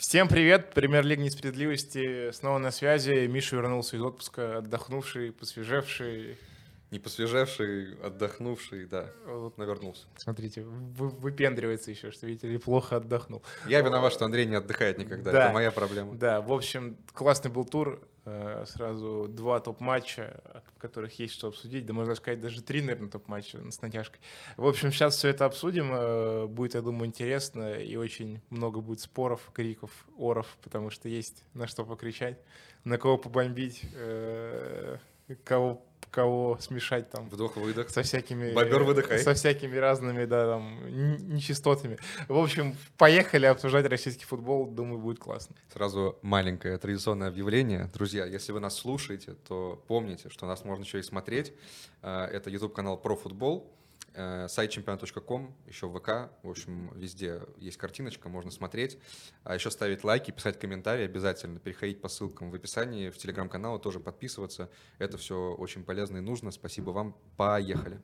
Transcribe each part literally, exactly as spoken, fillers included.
Всем привет! Премьер-лига несправедливости снова на связи. Миша вернулся из отпуска, отдохнувший, посвежевший. Не посвежевший, отдохнувший, да, Вот, навернулся. смотрите, вы, выпендривается еще, что, видите ли, плохо отдохнул. Я виноват, что Андрей не отдыхает никогда, Да, это моя проблема. да, в общем, классный был тур. Сразу два топ-матча, в которых есть что обсудить. Да, можно сказать, даже три, наверное, топ-матча с натяжкой. В общем, сейчас все это обсудим. Будет, я думаю, интересно. И очень много будет споров, криков, оров, потому что есть на что покричать, на кого побомбить, кого кого смешать там. Вдох-выдох. Со всякими... Бобер, выдыхай. Со всякими разными, да, там, нечистотами. В общем, поехали обсуждать российский футбол. Думаю, будет классно. Сразу маленькое традиционное объявление. Друзья, если вы нас слушаете, то помните, что нас можно еще и смотреть. Это YouTube-канал про футбол. Сайт чемпионат точка ком, еще в ВК, в общем, везде есть картиночка, можно смотреть. А еще ставить лайки, писать комментарии обязательно, переходить по ссылкам в описании, в телеграм-канал тоже подписываться. Это все очень полезно и нужно. Спасибо вам. Поехали.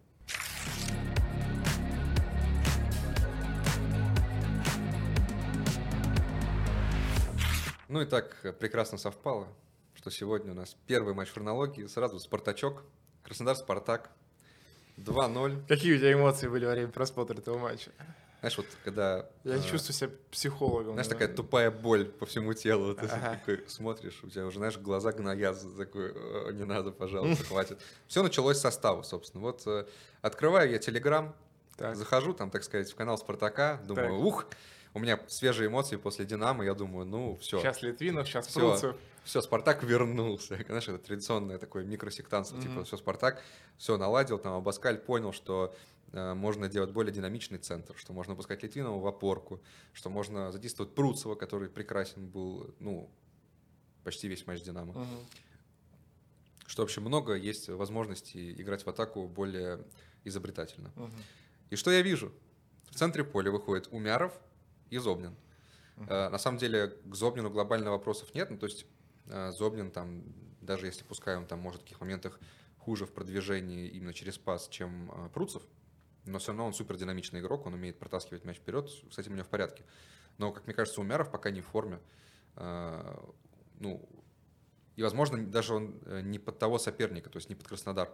Ну и так прекрасно совпало, что сегодня у нас первый матч в хронологии, сразу Спартачок, Краснодар-Спартак. два ноль. Какие у тебя эмоции были во время просмотра этого матча? Знаешь, вот когда... Я э, чувствую себя психологом. Знаешь, такая тупая боль по всему телу. Ты ага. такой смотришь, у тебя уже, знаешь, глаза гноят, такой, не надо, пожалуйста, хватит. Все началось с состава, собственно. Вот открываю я Телеграм, захожу там, так сказать, в канал Спартака, думаю, так. ух, у меня свежие эмоции после Динамо, я думаю, ну, все. Сейчас Литвинов, сейчас Пруцев. Все, Спартак вернулся. Знаешь, это традиционное такое микросектантство, mm-hmm. типа все, Спартак все наладил, там Абаскаль понял, что э, можно делать более динамичный центр, что можно пускать Литвинова в опорку, что можно задействовать Пруцева, который прекрасен был, ну, почти весь матч Динамо. Mm-hmm. Что, в общем, много есть возможностей играть в атаку более изобретательно. Mm-hmm. И что я вижу? В центре поля выходит Умяров и Зобнин. Uh-huh. Э, на самом деле к Зобнину глобально вопросов нет, ну, то есть э, Зобнин там, даже если пускай он там может в каких моментах хуже в продвижении именно через пас, чем э, Пруцев, но все равно он супер динамичный игрок, он умеет протаскивать мяч вперед, кстати, у него в порядке. Но, как мне кажется, Умяров пока не в форме. Э, ну, и, возможно, даже он не под того соперника, то есть не под Краснодар.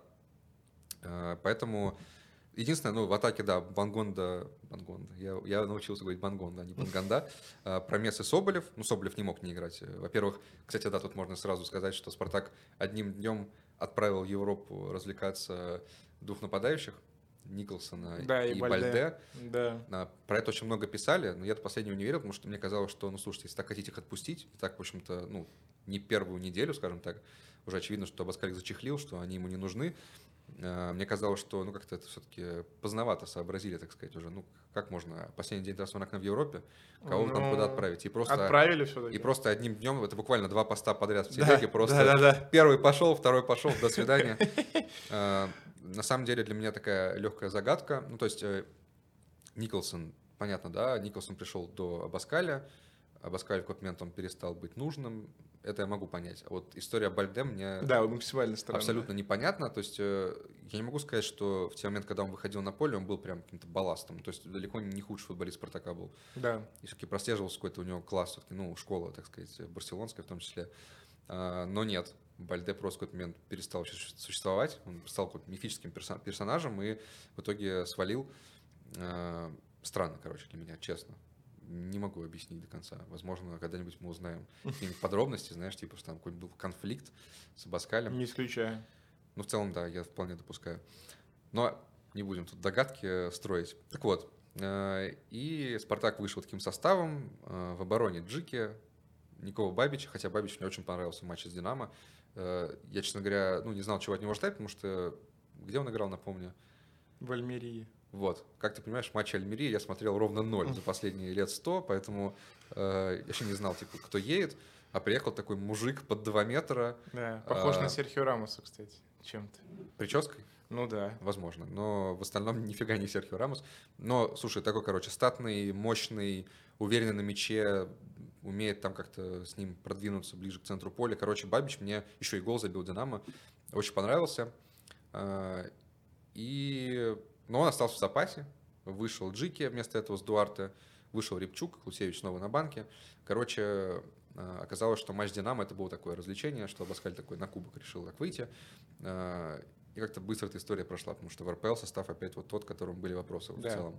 Э, поэтому... Единственное, ну, в атаке, да, Бангонда, Бангонда, я, я научился говорить Бангонда, а не Банганда, Промес и Соболев, ну, Соболев не мог не играть. Во-первых, кстати, да, тут можно сразу сказать, что Спартак одним днем отправил в Европу развлекаться двух нападающих, Николсона да, и, и Бальде. Бальде. Да. Про это очень много писали, но я до последнего не верил, потому что мне казалось, что, ну, слушайте, если так хотите их отпустить, и так, в общем-то, ну, не первую неделю, скажем так, уже очевидно, что Абаскаль зачехлил, что они ему не нужны. Мне казалось, что ну как-то это все-таки поздновато сообразили, так сказать, уже. Ну, как можно последний день трансферного окна в Европе, кого ну, там куда отправить? И просто, отправили все-таки. И просто одним днем, это буквально два поста подряд в телеге, да, просто да, да, да. первый пошел, второй пошел, до свидания. На самом деле для меня такая легкая загадка. Ну, то есть Николсон, понятно, да, Николсон пришел до Абаскаля, Абаскаль в какой-то момент он перестал быть нужным. Это я могу понять. А вот история Бальде мне да, максимально странная. Абсолютно непонятна. То есть я не могу сказать, что в те моменты, когда он выходил на поле, он был прям каким-то балластом. То есть далеко не худший футболист Спартака был. Да. И все-таки прослеживался какой-то у него класс, ну, школа, так сказать, барселонская в том числе. Но нет, Бальде просто в какой-то момент перестал существовать. Он стал каким-то мифическим персонажем и в итоге свалил. Странно, короче, для меня, честно. Не могу объяснить до конца. Возможно, когда-нибудь мы узнаем какие-нибудь подробности, знаешь, типа, что там какой-нибудь был конфликт с Абаскалем. Не исключаю. Ну, в целом, да, я вполне допускаю. Но не будем тут догадки строить. Так вот, и Спартак вышел таким составом. В обороне Джики, Никола Бабича, хотя Бабич мне очень понравился в матче с Динамо. Я, честно говоря, ну, не знал, чего от него ждать, потому что где он играл, напомню? В Альмерии. Вот, как ты понимаешь, матч Альмерии я смотрел ровно ноль за последние лет сто, поэтому э, я еще не знал, типа, кто едет, а приехал такой мужик под два метра. Да, похож а, на Серхио Рамоса, кстати, чем-то. Прической? Ну да. Возможно, но в остальном нифига не Серхио Рамос. Но, слушай, такой, короче, статный, мощный, уверенный на мяче, умеет там как-то с ним продвинуться ближе к центру поля. Короче, Бабич мне еще и гол забил Динамо, очень понравился. И... Но он остался в запасе, вышел Джики вместо этого с Дуарте. Вышел Рябчук, Клусевич снова на банке. Короче, оказалось, что матч «Динамо» — это было такое развлечение, что Абаскаль такой на кубок решил так выйти. И как-то быстро эта история прошла, потому что в эр пэ эл состав опять вот тот, к которому были вопросы да. в целом.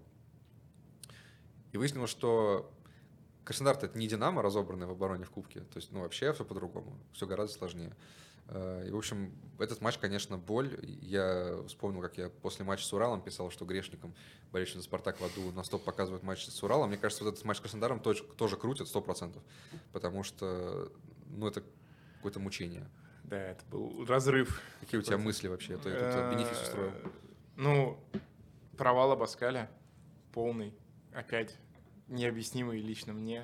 И выяснилось, что Краснодар — это не «Динамо», разобранный в обороне в кубке. То есть, ну, вообще все по-другому, все гораздо сложнее. И, в общем, этот матч, конечно, боль. Я вспомнил, как я после матча с Уралом писал, что грешникам, болельщикам за «Спартак» в аду на стоп показывают матч с Уралом. Мне кажется, вот этот матч с Краснодаром тоже, тоже крутят сто процентов, потому что, ну, это какое-то мучение. Да, это был разрыв. Какие у тебя мысли вообще? Это я тут бенефис устроил. Ну, провал Абаскаля полный. Опять необъяснимый лично мне.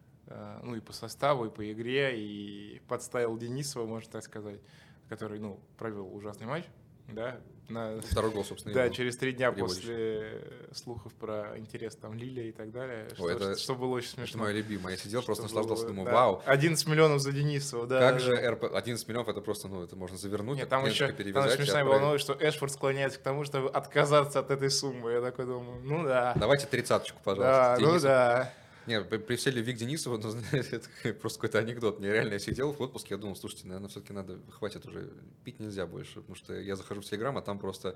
Ну и по составу, и по игре, и подставил Денисова, можно так сказать, который, ну, провел ужасный матч, да. На... Второй гол, собственно, да, через три дня после слухов про интерес там Лилия и так далее, Ой, что, это, что было очень смешно. Это мое любимое. Я сидел, просто что наслаждался, было, думаю, да. вау. одиннадцать миллионов за Денисова, да. Как да, же да. эр пэ... одиннадцать миллионов, это просто, ну, это можно завернуть, Нет, там еще там смешная была новость, что Эшфорд склоняется к тому, чтобы отказаться от этой суммы. Я такой думаю, ну да. Давайте тридцаточку, пожалуйста. Да, Денисов. Ну да. Нет, при, при всей любви к Денисову, ну, знаете, это просто какой-то анекдот. Нереально, я сидел в отпуске, я думал, слушайте, наверное, все-таки надо, хватит уже, пить нельзя больше, потому что я захожу в Телеграм, а там просто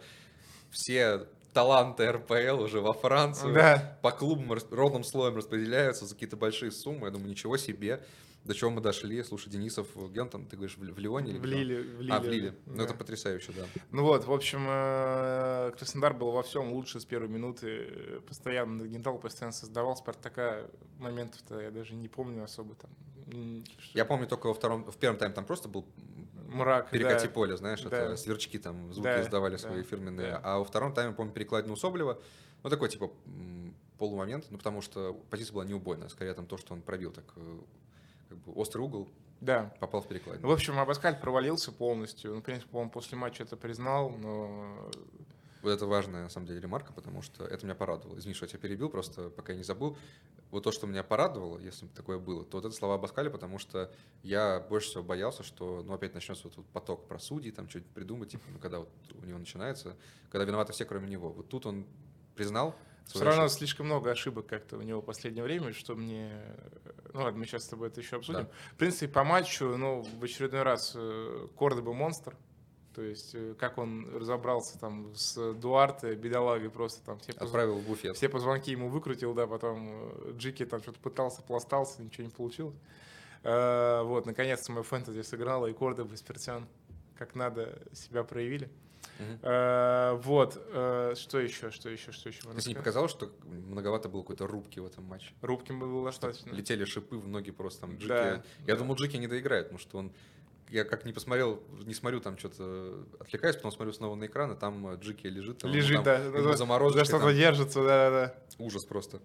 все таланты эр пэ эл уже во Францию, да. по клубам ровным слоем распределяются за какие-то большие суммы. Я думаю, ничего себе. До чего мы дошли? Слушай, Денисов, где он там, ты говоришь, в, в Лионе? Или в Лиле, в Лиле. А, в Лиле. Да. Ну, это потрясающе, да. Ну вот, в общем, Краснодар был во всем лучше с первой минуты. Постоянно нагнетал, постоянно создавал. Спартака моментов-то я даже не помню особо там. Я помню только во втором, в первом тайме там просто был мрак, перекати да. поле, знаешь, да. это сверчки там звуки да. издавали да. свои фирменные. Да. А во втором тайме, помню, перекладину у Соболева. Ну, такой, типа, полумомент, ну, потому что позиция была неубойная. Скорее, там то, что он пробил так, как бы, острый угол, да. попал в перекладину. В общем, Абаскаль провалился полностью. Ну, в принципе, по-моему, после матча это признал, но... Вот это важная, на самом деле, ремарка, потому что это меня порадовало. Извини, что я тебя перебил, просто пока я не забыл. Вот то, что меня порадовало, если бы такое было, то вот это слова Абаскаля, потому что я больше всего боялся, что, ну, опять начнется вот этот поток про судей, там что-нибудь придумать, типа, ну, когда вот у него начинается, когда виноваты все, кроме него. Вот тут он признал. Все равно ошибку. Слишком много ошибок как-то у него в последнее время, что мне... Ну ладно, мы сейчас с тобой это еще обсудим. Да. В принципе, по матчу, ну, в очередной раз Кордоба монстр. То есть, как он разобрался там с Дуарте, бедолагой просто там. Все Отправил в буфет. Все позвонки ему выкрутил, да, потом Джики там что-то пытался, пластался, ничего не получилось. А, вот, наконец-то мое фэнтези сыграло, и Кордоба, и Спиртян как надо себя проявили. Uh-huh. А, вот, а, что еще, что еще, что еще? Если не показалось, что многовато было какой-то рубки в этом матче? Рубки было достаточно. Летели шипы в ноги просто там Джики. Да, Я да. думал, Джики не доиграет, потому что он... Я как не посмотрел, не смотрю там что-то, отвлекаюсь, потом смотрю снова на экран, и там Джики лежит. Там, лежит, там, да. Ему заморозочкой, за что-то там... держится, да-да-да. Ужас просто.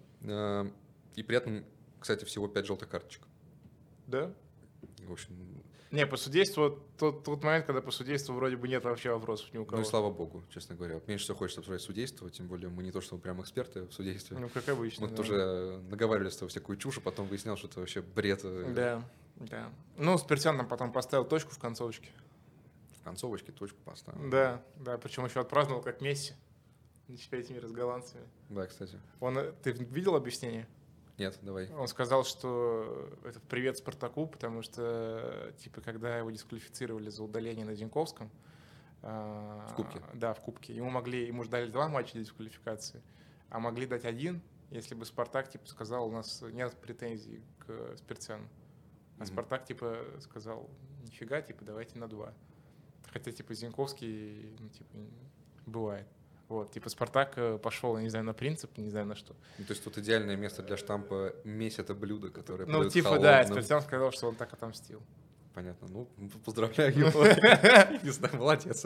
И при этом, кстати, всего пять желтых карточек. Да? В общем... Не, по судейству, тот, тот момент, когда по судейству вроде бы нет вообще вопросов ни у кого. Ну и слава богу, честно говоря. Вот меньше всего хочется обсуждать судейство, тем более мы не то, что мы прям эксперты в судействе. Ну, как обычно. Мы да. тоже наговаривали с тобой всякую чушь, а потом выяснял, что это вообще бред. Да, да. Ну, Спиртян там потом поставил точку в концовочке. В концовочке точку поставил. Да, да, причем еще отпраздновал как Месси на чемпионате мира с голландцами. Да, кстати. Он, ты видел объяснение? Нет, давай. Он сказал, что это привет Спартаку, потому что, типа, когда его дисквалифицировали за удаление на Деньковском... В кубке? Да, в кубке. Ему могли, ему же дали два матча дисквалификации, а могли дать один, если бы Спартак, типа, сказал, у нас нет претензий к Спиртяну. А mm-hmm. Спартак, типа, сказал, нифига, типа, давайте на два. Хотя, типа, Зиньковский, ну, типа, бывает. Вот, типа, Спартак пошел, я не знаю, на принцип, не знаю на что. Ну, то есть тут идеальное место для штампа «Месть — это блюдо», которое Ну, типа, холодным. Да, Спиртян сказал, что он так отомстил. Понятно. Ну, поздравляю его. Не знаю, молодец.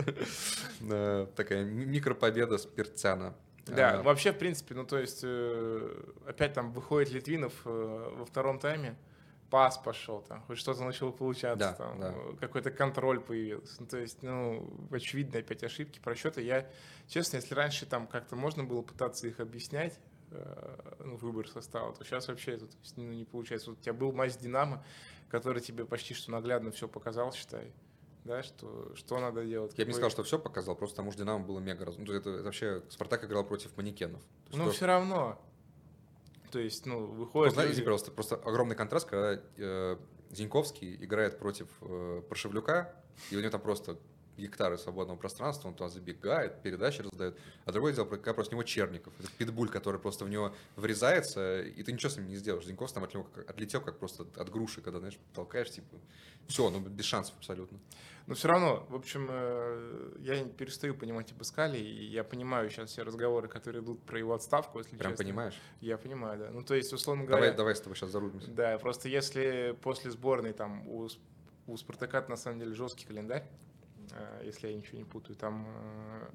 Такая микропобеда Спиртяна. Да, вообще, в принципе, ну, то есть, опять там выходит Литвинов во втором тайме, пас пошел, там, хоть что-то начало получаться, да, там, да. какой-то контроль появился. Ну, то есть, ну, очевидно, опять ошибки, просчеты. Я, честно, если раньше там как-то можно было пытаться их объяснять, э, ну, выбор состава, то сейчас вообще это, есть, ну, не получается. Вот у тебя был матч с «Динамо», который тебе почти что наглядно все показал, считай. Да, что, что надо делать. Я бы не сказал, что все показал, просто потому что «Динамо» было мега раз. Ну, это, это вообще Спартак играл против манекенов. Ну, все равно. То есть, ну, Ну, выходит знаете, люди... просто, просто огромный контраст, когда э, Зиньковский играет против э, Прошевлюка, и у него там просто гектары свободного пространства, он туда забегает, передачи раздает. А другое дело, когда просто у него Черников, это питбуль, который просто в него врезается, и ты ничего с ним не сделаешь. Зиньковский там от него как, отлетел, как просто от груши, когда, знаешь, толкаешь, типа, все, ну без шансов абсолютно. Но все равно, в общем, э, я не перестаю понимать Абаскали, и я понимаю сейчас все разговоры, которые идут про его отставку, если Прям честно. понимаешь? Я понимаю, да. Ну, то есть, условно Давай, говоря... давай с тобой сейчас зарубимся. Да, просто если после сборной там у, С- у Спартака на самом деле жесткий календарь, э, если я ничего не путаю, там э,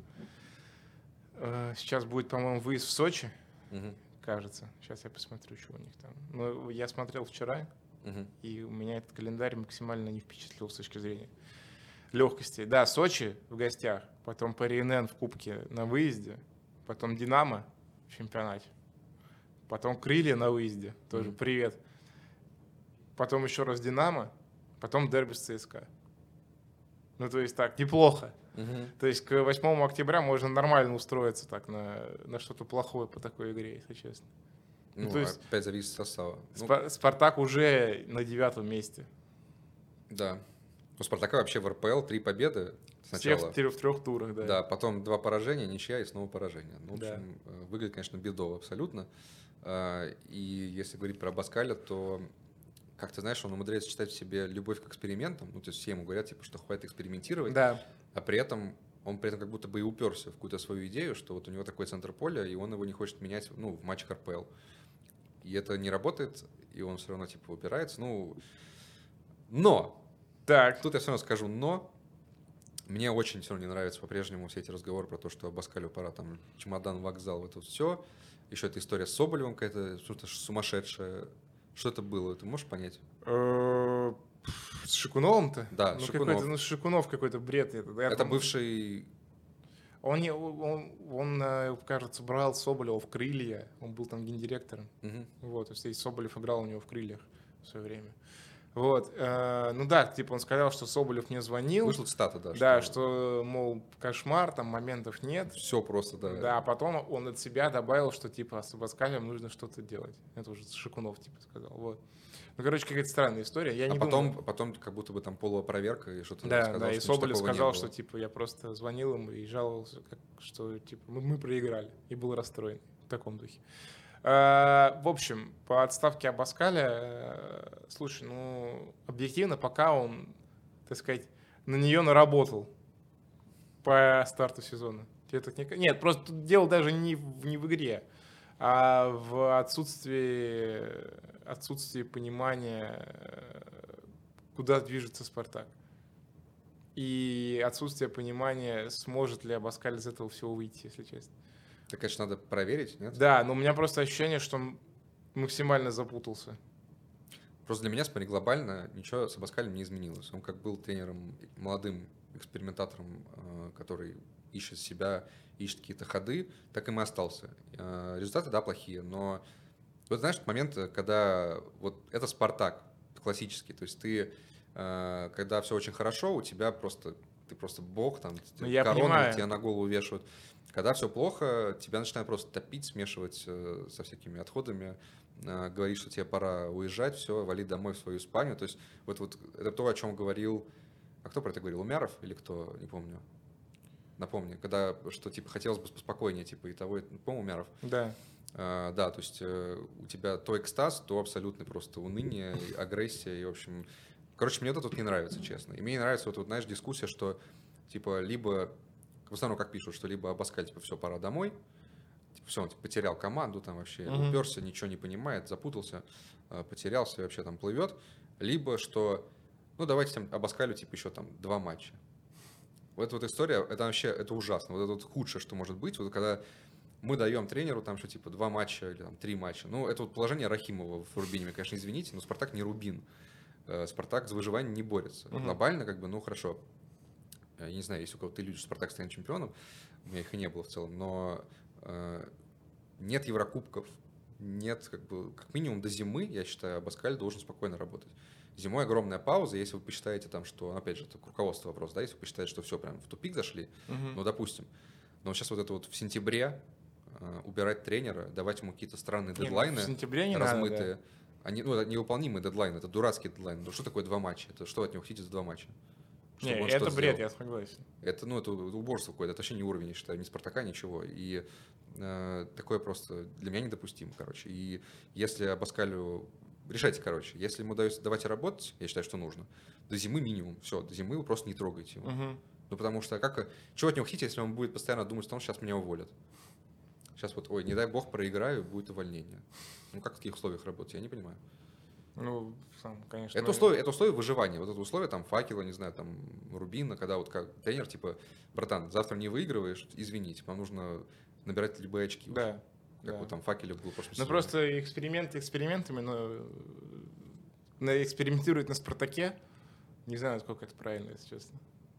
э, сейчас будет, по-моему, выезд в Сочи, Мгм. кажется. Сейчас я посмотрю, что у них там. Ну, я смотрел вчера, Мгм. и у меня этот календарь максимально не впечатлил с точки зрения легкости. Да, Сочи в гостях, потом ПРНН в Кубке на выезде, потом Динамо в чемпионате, потом Крылья на выезде, тоже Мгм. привет. Потом еще раз Динамо, потом дерби с ЦСКА. Ну, то есть так, неплохо. Мгм. То есть к восьмому октября можно нормально устроиться так на, на что-то плохое по такой игре, если честно. Ну, Ну, то есть- опять зависит от состава. Ну, Спа- Спартак уже на девятом месте. да. У Спартака вообще в эр пэ эл три победы Все сначала. в, тре- в трех турах, да. Да, потом два поражения, ничья и снова поражение. Ну, в Да. общем, э, выглядит, конечно, бедово абсолютно. А, И если говорить про Абаскаля, то, как ты знаешь, он умудряется читать в себе любовь к экспериментам. Ну, то есть все ему говорят, типа, что хватит экспериментировать. Да. А при этом он при этом как будто бы и уперся в какую-то свою идею, что вот у него такой центр поля, и он его не хочет менять, ну, в матчах эр пэ эл. И это не работает, и он все равно, типа, упирается. Ну, но! Так. Тут я все равно скажу «но». Мне очень все равно не нравятся по-прежнему все эти разговоры про то, что Абаскалю пора там чемодан, вокзал, это вот все. Еще эта история с Соболевым какая-то что-то сумасшедшая. Что это было? Ты можешь понять? Э, С Шикуновым-то? Да, ну, Шикунов. какой-то, ну, Шикунов какой-то бред. Это, да, я Это помню. бывший... Он, не- он, он, э, кажется, брал Соболева в крылья. Он был там гендиректором. Мгм. Вот, то есть и Соболев играл у него в крыльях в свое время. Вот. э, Ну да, типа он сказал, что Соболев мне звонил. Вышла цитата, да. Да, что, мол, кошмар, там моментов нет. Все просто, да. Да, а потом он от себя добавил, что типа с Абаскалем нужно что-то делать. Это уже Шикунов типа сказал. Вот. Ну, короче, какая-то странная история. Я А не потом, думаю. потом как будто бы там полуопроверка и что-то Да, сказал, да, и что ничего Соболев такого не сказал, было. что типа я просто звонил ему и жаловался, как, что типа мы, мы проиграли, и был расстроен в таком духе. А, в общем, по отставке Абаскаля, э, слушай, ну, объективно, пока он, так сказать, на нее наработал по старту сезона. Тебе так не... ка- Нет, просто тут дело даже не в, не в игре, а в отсутствии, отсутствии понимания, э, куда движется Спартак. И отсутствие понимания, сможет ли Абаскаль из этого всего выйти, если честно. Так, конечно, надо проверить, нет? Да, но у меня просто ощущение, что он максимально запутался. Просто для меня, смотри, глобально ничего с Абаскалем не изменилось. Он как был тренером, молодым экспериментатором, э, который ищет себя, ищет какие-то ходы, так им и остался. Э, Результаты, да, плохие, но вот знаешь, момент, когда вот это Спартак классический, то есть ты, э, когда все очень хорошо, у тебя просто, ты просто бог, там, Ну, я корону понимаю. тебе на голову вешают. Когда все плохо, тебя начинают просто топить, смешивать э, со всякими отходами, э, говорить, что тебе пора уезжать, все, вали домой в свою спальню. То есть вот, вот это то, о чем говорил, а кто про это говорил, Умяров или кто, не помню. Напомни, когда, что типа хотелось бы поспокойнее, типа и того, и, по-моему, Умяров. Да. А, да, то есть э, у тебя то экстаз, то абсолютный просто уныние, и агрессия, и, в общем... Короче, мне это тут не нравится, честно. И мне не нравится вот, вот знаешь, дискуссия, что, типа, либо... В основном, как пишут, что либо Абаскаль, типа, все, пора домой, типа, все, он типа, потерял команду, там вообще Мгм. уперся, ничего не понимает, запутался, э, потерялся и вообще там плывет. Либо, что, ну, давайте там Абаскалю, типа, еще там два матча. Вот эта вот история, это вообще, это ужасно. Вот это вот худшее, что может быть, вот когда мы даем тренеру там, что типа два матча или там три матча. Ну, это вот положение Рахимова в Рубине, конечно, извините, но Спартак не Рубин. Э, Спартак за выживание не борется. Мгм. Глобально, как бы, ну, хорошо. Я не знаю, если у кого-то ты любишь, Спартак станет чемпионом, у меня их и не было в целом, но э, нет Еврокубков, нет, как бы, как минимум до зимы, я считаю, Абаскаль должен спокойно работать. Зимой огромная пауза, если вы посчитаете там, что, опять же, это к руководству вопрос, да, если вы посчитаете, что все, прям в тупик зашли, Мгм. ну, допустим. Но сейчас вот это вот в сентябре э, убирать тренера, давать ему какие-то странные Не, дедлайны, в сентябре не размытые. надо, да. Они, ну, это невыполнимый дедлайн, это дурацкий дедлайн. Ну что такое два матча? Это что от него хотите за два матча? Не, Чтобы он это что-то бред, сделал. я согласен. Это, ну, это убожество какое-то, это вообще не уровень, я считаю, ни Спартака, ничего. И э, такое просто для меня недопустимо, короче. И если Абаскалю... Решайте, короче, если ему даете, давайте работать, я считаю, что нужно, до зимы минимум, все, до зимы вы просто не трогайте его. Угу. Ну, потому что как... Чего от него хотите, если он будет постоянно думать о том, что сейчас меня уволят? Сейчас вот, ой, не дай бог, проиграю, будет увольнение. Ну, как в таких условиях работать, я не понимаю. Ну, сам, конечно. Это условие, это условие выживания. Вот это условие там факела, не знаю, там Рубина, когда вот как тренер, типа, братан, завтра не выигрываешь, извините, вам нужно набирать любые очки. Да. Уже. Как да. вот там факеле был в прошлом Ну, сезоне. просто эксперименты экспериментами, но на- экспериментировать на Спартаке, не знаю, насколько это правильно, если честно.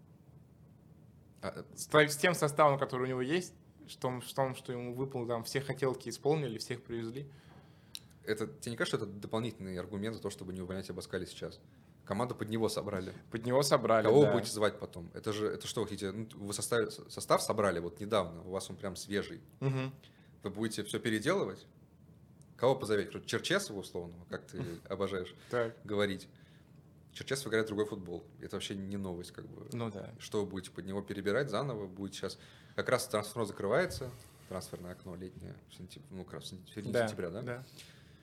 А, С, та- с тем составом, который у него есть, в том, в том, что ему выполнил, там все хотелки исполнили, всех привезли. это, тебе не кажется, что это дополнительный аргумент за то, чтобы не увольнять Абаскаля сейчас? Команду под него собрали. Под него собрали, Кого да. вы будете звать потом? Это же, это что, хотите, ну, вы состав, состав собрали вот недавно, у вас он прям свежий. Мгм. Вы будете все переделывать? Кого позовете? Кто- Черчесова условного, как ты обожаешь Так, говорить. Черчесов играет другой футбол. Это вообще не новость, как бы. ну да. Что вы будете под него перебирать заново? Будет сейчас... Как раз трансферное закрывается, трансферное окно летнее, в сентяб... ну, как раз в сентя- в середине Да, сентября, да? да.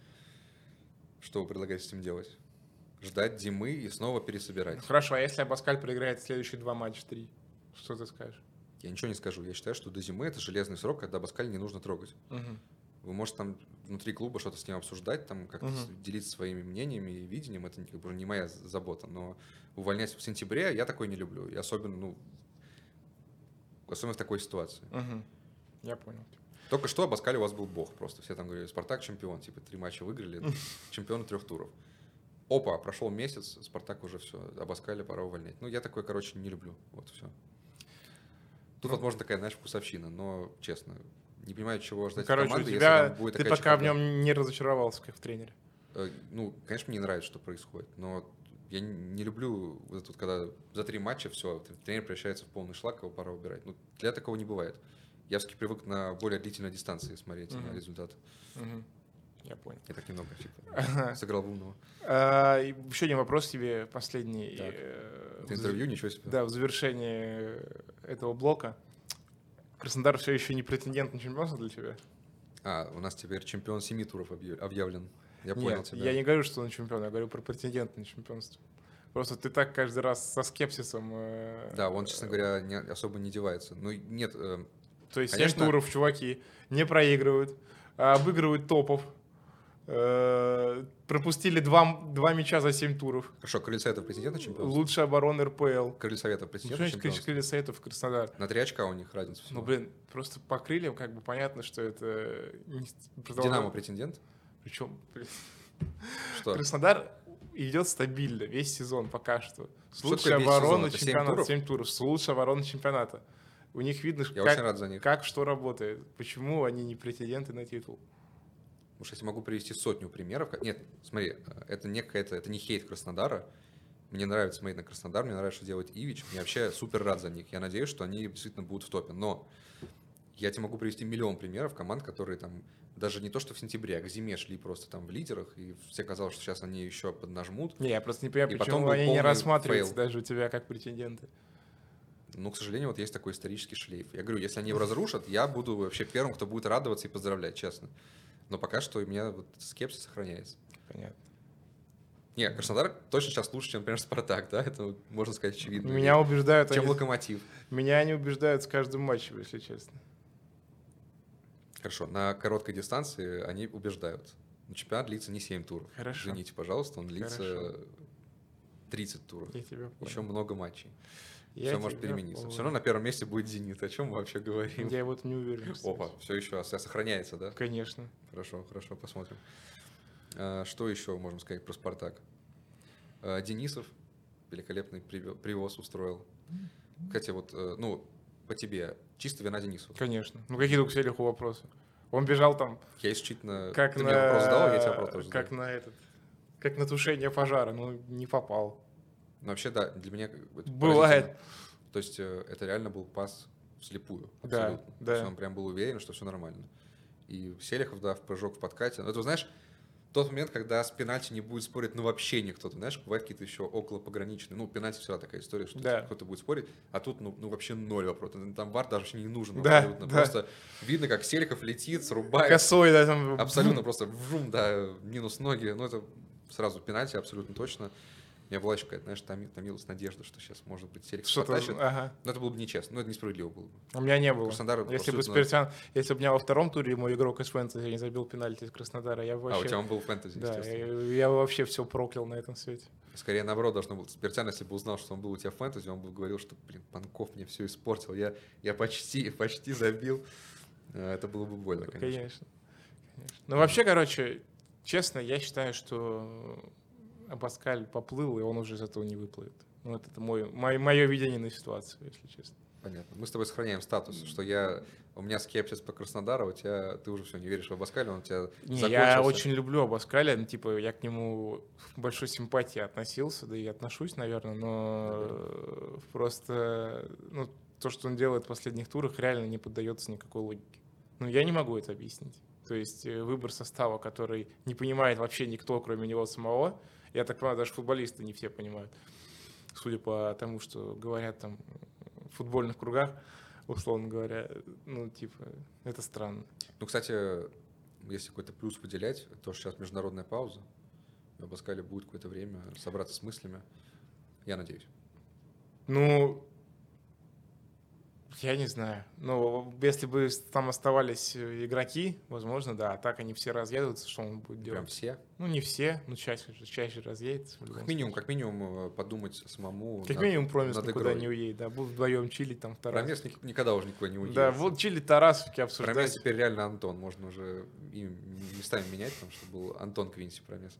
Что вы предлагаете с этим делать? Ждать зимы и снова пересобирать? Ну, хорошо, а если Абаскаль проиграет следующие два матча, три, что ты скажешь? Я ничего не скажу. Я считаю, что до зимы это железный срок, когда Абаскаль не нужно трогать. Мгм. Вы можете там внутри клуба что-то с ним обсуждать, там как-то Мгм. делиться своими мнениями и видением. Это как бы не моя забота. Но увольнять в сентябре я такой не люблю. И особенно, ну, особенно в такой ситуации. Мгм. Я понял. Только что Абаскаль у вас был бог просто. Все там говорили, Спартак чемпион, типа три матча выиграли, чемпионы трех туров. Опа, прошел месяц, Спартак уже все, Абаскаля пора увольнять. Ну, я такой, короче, не люблю. Вот все. Тут, Ну, возможно, такая, знаешь, вкусовщина, но, честно, не понимаю, чего ждать от Короче, у команды, если тебя, там будет ты такая пока в чехарда. нем не разочаровался, как в тренере. Э, Ну, конечно, мне не нравится, что происходит, но я не не люблю вот это вот, когда за три матча все, тренер превращается в полный шлак, его пора убирать. Ну, для такого не бывает. Я все-таки привык на более длительной дистанции смотреть Мгм. на результат. Мгм. Я понял. Я так немного типа, сыграл в умного. А, и еще один вопрос тебе, последний. Так. э, Это в интервью, ничего себе. Да, в завершении этого блока. Краснодар все еще не претендент на чемпионство для тебя? А, у нас теперь чемпион семи туров объяв- объявлен. Я Нет, понял тебя. я не говорю, что он чемпион, я говорю про претендент на чемпионство. Просто ты так каждый раз со скепсисом. э, Да, он, честно говоря, не- особо не девается. Ну, нет, э, То есть конечно. семь туров чуваки не проигрывают, а обыгрывают топов. э, Пропустили два, два мяча за семь туров. хорошо, Крылья Советов претендент на чемпионство? Лучшая оборона эр пэ эл. Крылья Советов Ну, претендент что на значит чемпионство? крылья Советов Краснодар? На три очка у них разница всего. Ну, блин, просто по крыльям как бы понятно, что это... не с- Динамо претендент? Причем, блин, Что? Краснодар идет стабильно весь сезон пока что. С Что лучшей такое весь обороны сезон? Это семь чемпионата. туров? семь туров. С лучшей обороны чемпионата. У них видно, Я очень как, рад за них. как что работает. Почему они не претенденты на титул. Потому что я могу привести сотню примеров. как- Нет, смотри, это не какая-то, это не хейт Краснодара. Мне нравится смотреть на Краснодар, мне нравится, что делает Ивич. Я вообще супер рад за них. Я надеюсь, что они действительно будут в топе. Но я тебе могу привести миллион примеров команд, которые там даже не то, что в сентябре, а к зиме шли просто там в лидерах, и все казалось, что сейчас они еще поднажмут. Не, я просто не понимаю, И почему потом был они не полный рассматриваются фейл. даже у тебя как претенденты. Но, к сожалению, вот есть такой исторический шлейф. Я говорю, если они его разрушат, я буду вообще первым, кто будет радоваться и поздравлять, честно. Но пока что у меня вот скепсис сохраняется. Понятно. Не, Краснодар точно сейчас лучше, чем, например, Спартак, да? Это вот, можно сказать очевидно. Меня убеждают, Чем они- Локомотив. меня они убеждают с каждым матчем, если честно. Хорошо, на короткой дистанции они убеждают. Но чемпионат длится не семь туров. Хорошо. Извините, пожалуйста, он длится Хорошо. тридцать туров. Я тебя понял. Еще много матчей. Я Все может тебя перемениться. понял. Все равно на первом месте будет «Зенит». О чем мы вообще говорим? Я в этом не уверен. кстати. Опа, все еще сохраняется, да? Конечно. Хорошо, хорошо, посмотрим. А, Что еще можем сказать про «Спартак»? А, Денисов великолепный привё- привоз устроил. Кстати, вот, э, ну, по тебе, чисто вина Денисова. Конечно. Ну какие только Селиху вопросы? Он бежал там Я исключительно... как Ты на... мне вопрос задал, я тебе вопрос тоже как задал. на этот... Как на тушение пожара. Ну, не попал. Ну, вообще, да, для меня... это Бывает. поразительно. То есть, э, это реально был пас вслепую. Да, Абсолютно. да. То есть он прям был уверен, что все нормально. И Селихов, да, в прыжок в подкате. Ну, это, знаешь, тот момент, когда с пенальти не будет спорить, ну, вообще никто. Ты знаешь, бывают какие-то еще около пограничные. Ну, пенальти всегда такая история, что Да. кто-то будет спорить, а тут, ну, ну вообще ноль вопросов. Там вар даже вообще не нужен Да, абсолютно. да. Просто видно, как Селихов летит, срубает. Косой, да, там. Абсолютно просто вжум, да, минус ноги. Ну, это сразу пенальти, абсолютно точно. У меня была еще какая-то, знаешь, томи- томилась надежда, что сейчас, может быть, Селихов Что-то, потащит. ага. Но это было бы нечестно, ну, это несправедливо было бы. У меня не было. Краснодар Если бы абсолютно- Спиртян, если бы у меня во втором туре мой игрок из фэнтези не забил пенальти из Краснодара, я бы А, у вообще... тебя он был в фэнтези, Да, естественно. я, я бы вообще все проклял на этом свете. Скорее, наоборот, должно было. Спиртян, если бы узнал, что он был у тебя в фэнтези, он бы говорил, что, блин, Панков мне все испортил. Я, я почти, почти забил. А, Это было бы больно, конечно. Конечно. Конечно. Ну, вообще, короче, честно, я считаю, что Абаскаль поплыл, и он уже из этого не выплывет. Ну, вот это мой, мое, мое видение на ситуацию, если честно. Понятно. Мы с тобой сохраняем статус, что я... У меня скепсис по Краснодару, у тебя... Ты уже все, не веришь в Абаскаля, он у тебя Не, закончился. я очень люблю Абаскаля, ну, типа, я к нему в большой симпатии относился, да и отношусь, наверное, но э, просто, ну, то, что он делает в последних турах, реально не поддается никакой логике. Ну, я не могу это объяснить. То есть э, выбор состава, который не понимает вообще никто, кроме него самого, я так понимаю, даже футболисты не все понимают, судя по тому, что говорят там в футбольных кругах, условно говоря, ну, типа, это странно. Ну, кстати, если какой-то плюс выделять, то что сейчас международная пауза. У Абаскаля будет какое-то время собраться с мыслями. Я надеюсь. Ну, я не знаю. Ну, если бы там оставались игроки, возможно, да. А так они все разъедутся, что он будет делать? Прям все. Ну, не все, но чаще, чаще разъедется. в любом Как минимум, случае. как минимум подумать самому. Как над- минимум Промес над никуда игрой. не уедет, да. Будут вдвоем чилить там в Тарасовке. Промес ник- никогда уже никуда не уедет. Да, вот чили Тарасовки Промес обсуждать. теперь реально Антон. Можно уже и местами менять, потому что был Антон Квинси Промес.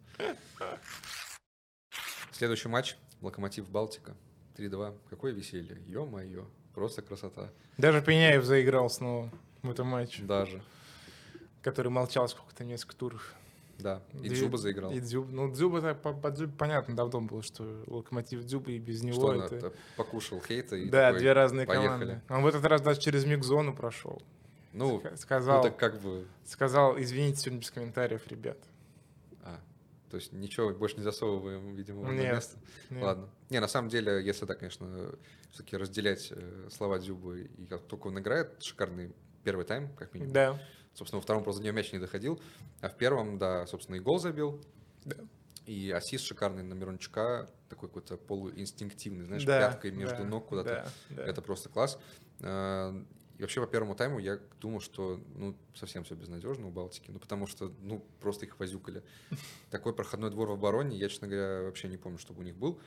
Следующий матч. Локомотив Балтика. три-два. Какое веселье. Ё-моё. Просто красота. Даже Пеняев заиграл снова в этом матче, Даже. который молчал сколько-то, несколько туров. Да. И Две- Дзюба заиграл. И Дзюба. Ну, Дзюба, так, по, по Дзюбе понятно давно было, что Локомотив Дзюба и без него Что он это... это покушал хейта и Да, такой, две разные поехали. команды. Он в этот раз даже через миг-зону прошел. Ну, Ска- ну, сказал, так как бы... сказал, извините, сегодня без комментариев, ребят. А, то есть ничего больше не засовываем, видимо, в одно Нет. место. Нет. Ладно. Не, на самом деле, если так, конечно, все-таки разделять э, слова Дзюбы, и как только он играет, шикарный первый тайм, как минимум. Да. Собственно, во втором просто до него мяч не доходил, а в первом, да, собственно, и гол забил. Да. И ассист шикарный на Мирончука, такой какой-то полуинстинктивный, знаешь, Да, пяткой между да, ног куда-то. да, да. Это просто класс. Э, И вообще по первому тайму я думал, что ну совсем все безнадежно у Балтики, ну потому что ну просто их возюкали. Такой проходной двор в обороне, я, честно говоря, вообще не помню, чтобы у них был.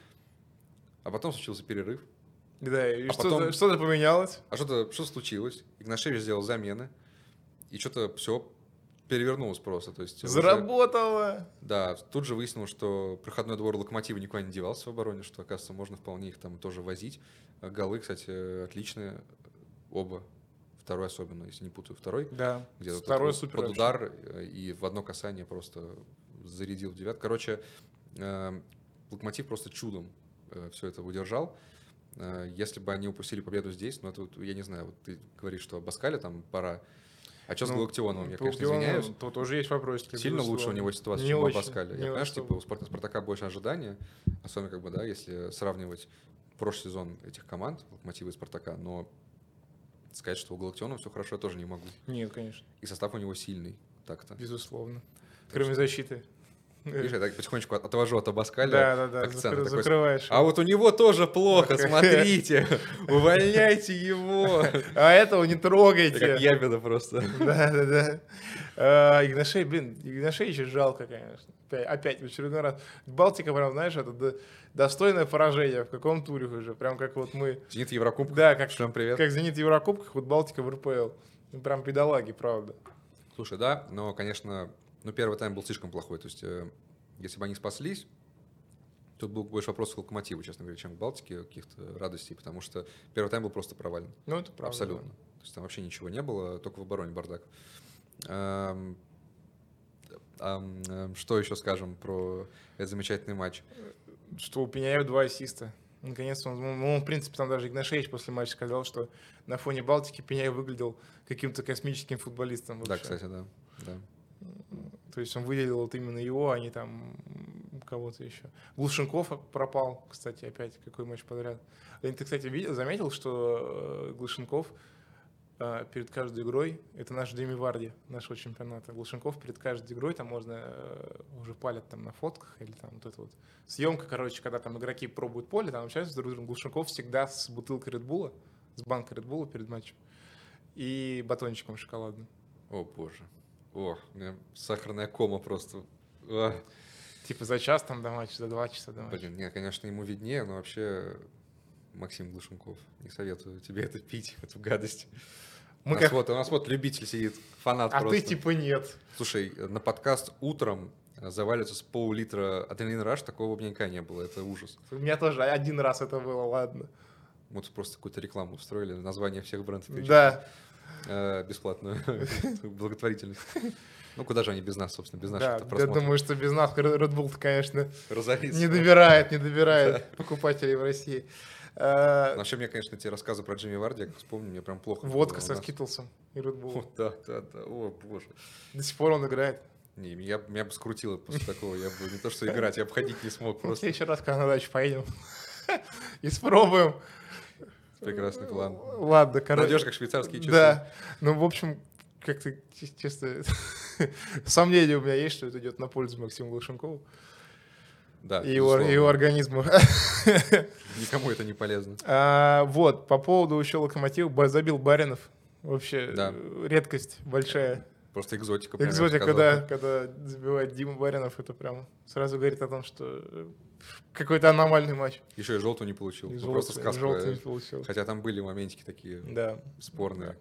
А потом случился перерыв. Да, и А что-то, потом- что-то поменялось. А что-то что случилось? Игнашевич сделал замены, и что-то все перевернулось просто. То есть уже- Заработало. Да, тут же выяснилось, что проходной двор Локомотива никуда не девался в обороне, что, оказывается, можно вполне их там тоже возить. А голы, кстати, отличные, оба. Второй особенно, если не путаю, второй. Да. Где-то Второй тут супер под вообще. удар э, и в одно касание просто зарядил девят. Короче, э, Локомотив просто чудом все это удержал. Э, Если бы они упустили победу здесь, ну это вот, я не знаю, вот ты говоришь, что Абаскале там пора. А что с Ну, Галактионовым? Я, по конечно, Галактионову извиняюсь. Тут тоже есть вопросики. Сильно безусловно. лучше у него ситуация, Не чем у очень, Абаскаля. не Я понимаю, что особо. типа, у Спарта- Спартака больше ожидания, особенно как бы, да, если сравнивать прошлый сезон этих команд, Локомотива и Спартака, но сказать, что у Галактионова все хорошо, я тоже не могу. Нет, конечно, И состав у него сильный, так-то. безусловно. Так Кроме что- защиты. Видишь, я так потихонечку от- отвожу от Абаскаля. Да, да, да. акцент закры- такой, закрываешь. А вот у него тоже плохо, смотрите, увольняйте его. А этого не Это трогайте. как ябеда просто. Да, да, да. А, Игнашей, блин, Игнашевича жалко, конечно. Опять, опять в очередной раз. Балтика, прям, знаешь, это до- достойное поражение. В каком туре уже? Прям как вот мы... Зенит Еврокубок. Да, как, Шлем привет. как «Зенит» в Еврокубках, вот Балтика в эр пэ эл. Ну, прям педолаги, правда. Слушай, да, но, конечно, ну, первый тайм был слишком плохой. То есть, э, если бы они спаслись, тут был больше вопрос к Локомотиву, честно говоря, чем к Балтике, каких-то радостей, потому что первый тайм был просто провален. Ну, это правда. Абсолютно. То есть там вообще ничего не было, только в обороне бардак. Эм, эм, эм, Что еще скажем про этот замечательный матч? да. Что у Пеняева два ассиста. Наконец-то он, ну, он, в принципе, там даже Игнашевич после матча сказал, что на фоне Балтики Пеняев выглядел каким-то космическим футболистом вообще. Да, кстати, да. да. То есть он выделил вот именно его, а не там кого-то еще. Глушенков пропал, кстати, опять какой матч подряд. Лень, ты, кстати, видел, заметил, что Глушенков перед каждой игрой, это наш Джейми Варди нашего чемпионата, Глушенков перед каждой игрой, там можно, уже палят там на фотках, или там вот эта вот съемка, короче, когда там игроки пробуют поле, там общаются друг с другом, Глушенков всегда с бутылкой Редбула, с банкой Редбула перед матчем и батончиком шоколадным. О, боже. О, у меня сахарная кома просто. О. Типа за час там до матча, за два часа до матча. Блин, не, конечно, ему виднее, но вообще Максим Глушенков, не советую тебе это пить, эту гадость. Мы у, нас как... вот, у нас вот любитель сидит, фанат а просто. А ты типа нет. Слушай, на подкаст утром завалится с пол-литра адреналин раш, такого у меня никогда не было, это ужас. У меня тоже один раз это было, ладно. Вот просто какую-то рекламу устроили, название всех брендов. Да. Бесплатную благотворительность. Ну, куда же они без нас, собственно, без наших просмотров? Я думаю, что без нас Red Bull, конечно, разорится. Не добирает, не добирает покупателей в России. Вообще, мне, конечно, те рассказы про Джейми Варди, я как вспомню, мне прям плохо. Водка со Скитлсом и Red Bull. Да, да, да, о, боже. До сих пор он играет. Не, меня, меня бы скрутило после такого, я бы не то что играть, я бы ходить не смог просто. В следующий раз, когда на дачу поедем и спробуем. Прекрасный план. Ладно, короче. Найдешь, как швейцарские часы. Да, ну, в общем, как-то, честно, сомнения у меня есть, что это идет на пользу Максиму Глушенкову. Да, и его, его организму. Никому это не полезно. А, вот, по поводу еще Локомотива, забил Баринов. Вообще да. редкость большая. Просто экзотика. Экзотика, да, когда забивает Дима Баринов, это прям сразу говорит о том, что какой-то аномальный матч. Еще и желтую не получил. И ну, желтый, просто сказка. Желтый не получил. Хотя там были моментики такие да. спорные.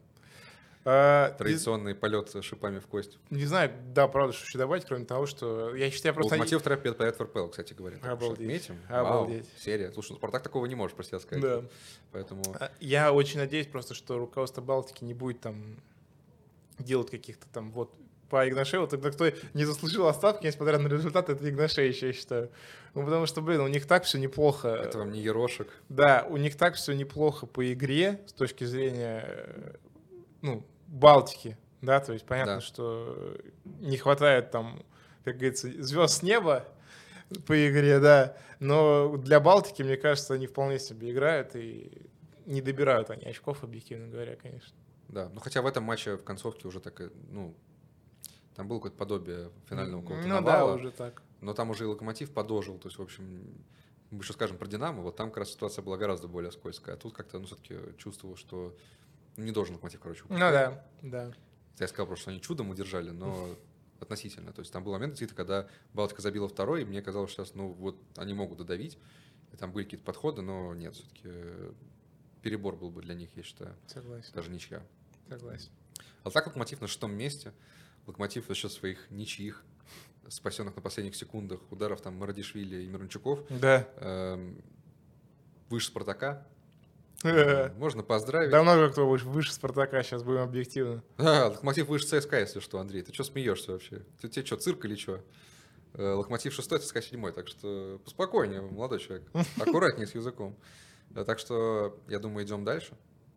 А, Традиционный и... полет с шипами в кость. Не знаю, да, правда, что еще добавить, кроме того, что я считаю просто... Локомотив второй побед в РПЛ, кстати говоря. Обалдеть. Отметим. Обалдеть. Вау, серия. Слушай, ну Спартак такого не может про себя сказать. Да. Поэтому... Я очень надеюсь просто, что руководство Балтики не будет там делать каких-то там вот по Игнашеву, тогда кто не заслужил отставки, несмотря на результат, это Игнашевич, я считаю. Ну, потому что, блин, у них так все неплохо. Это вам не Ерошек. Да, у них так все неплохо по игре с точки зрения, ну, Балтики, да, то есть понятно, да. что не хватает там, как говорится, звезд с неба по игре, да, но для Балтики, мне кажется, они вполне себе играют и не добирают они очков, объективно говоря, конечно. Да, ну хотя в этом матче в концовке уже так, ну, там было какое-то подобие финального какого-то ну, навала. Да, уже так. Но там уже и Локомотив подожил, то есть, в общем, мы еще скажем про Динамо, вот там как раз ситуация была гораздо более скользкая, а тут как-то, ну, все-таки чувствовал, что не должен Локомотив, короче, упускать. Ну да, да. Я сказал просто, что они чудом удержали, но относительно. То есть там был момент, когда Балтика забила второй, и мне казалось, что сейчас, ну, вот они могут додавить, и там были какие-то подходы, но нет, все-таки перебор был бы для них, я считаю. Согласен. Даже ничья. Согласен. А так Локомотив на шестом месте. Локомотив за счет своих ничьих, спасенных на последних секундах ударов там Марадишвили и Мирончуков. Да. Эм, выше Спартака. Э-э. Можно поздравить. Да много кто выше, выше Спартака, сейчас будем объективно. А, Локомотив выше ЦСКА, если что, Андрей. Ты что смеешься вообще? Ты тебе что, цирк или что? Локомотив шестой, ЦСКА седьмой, так что поспокойнее, молодой человек. Аккуратнее с языком. Так что, я думаю, идем дальше.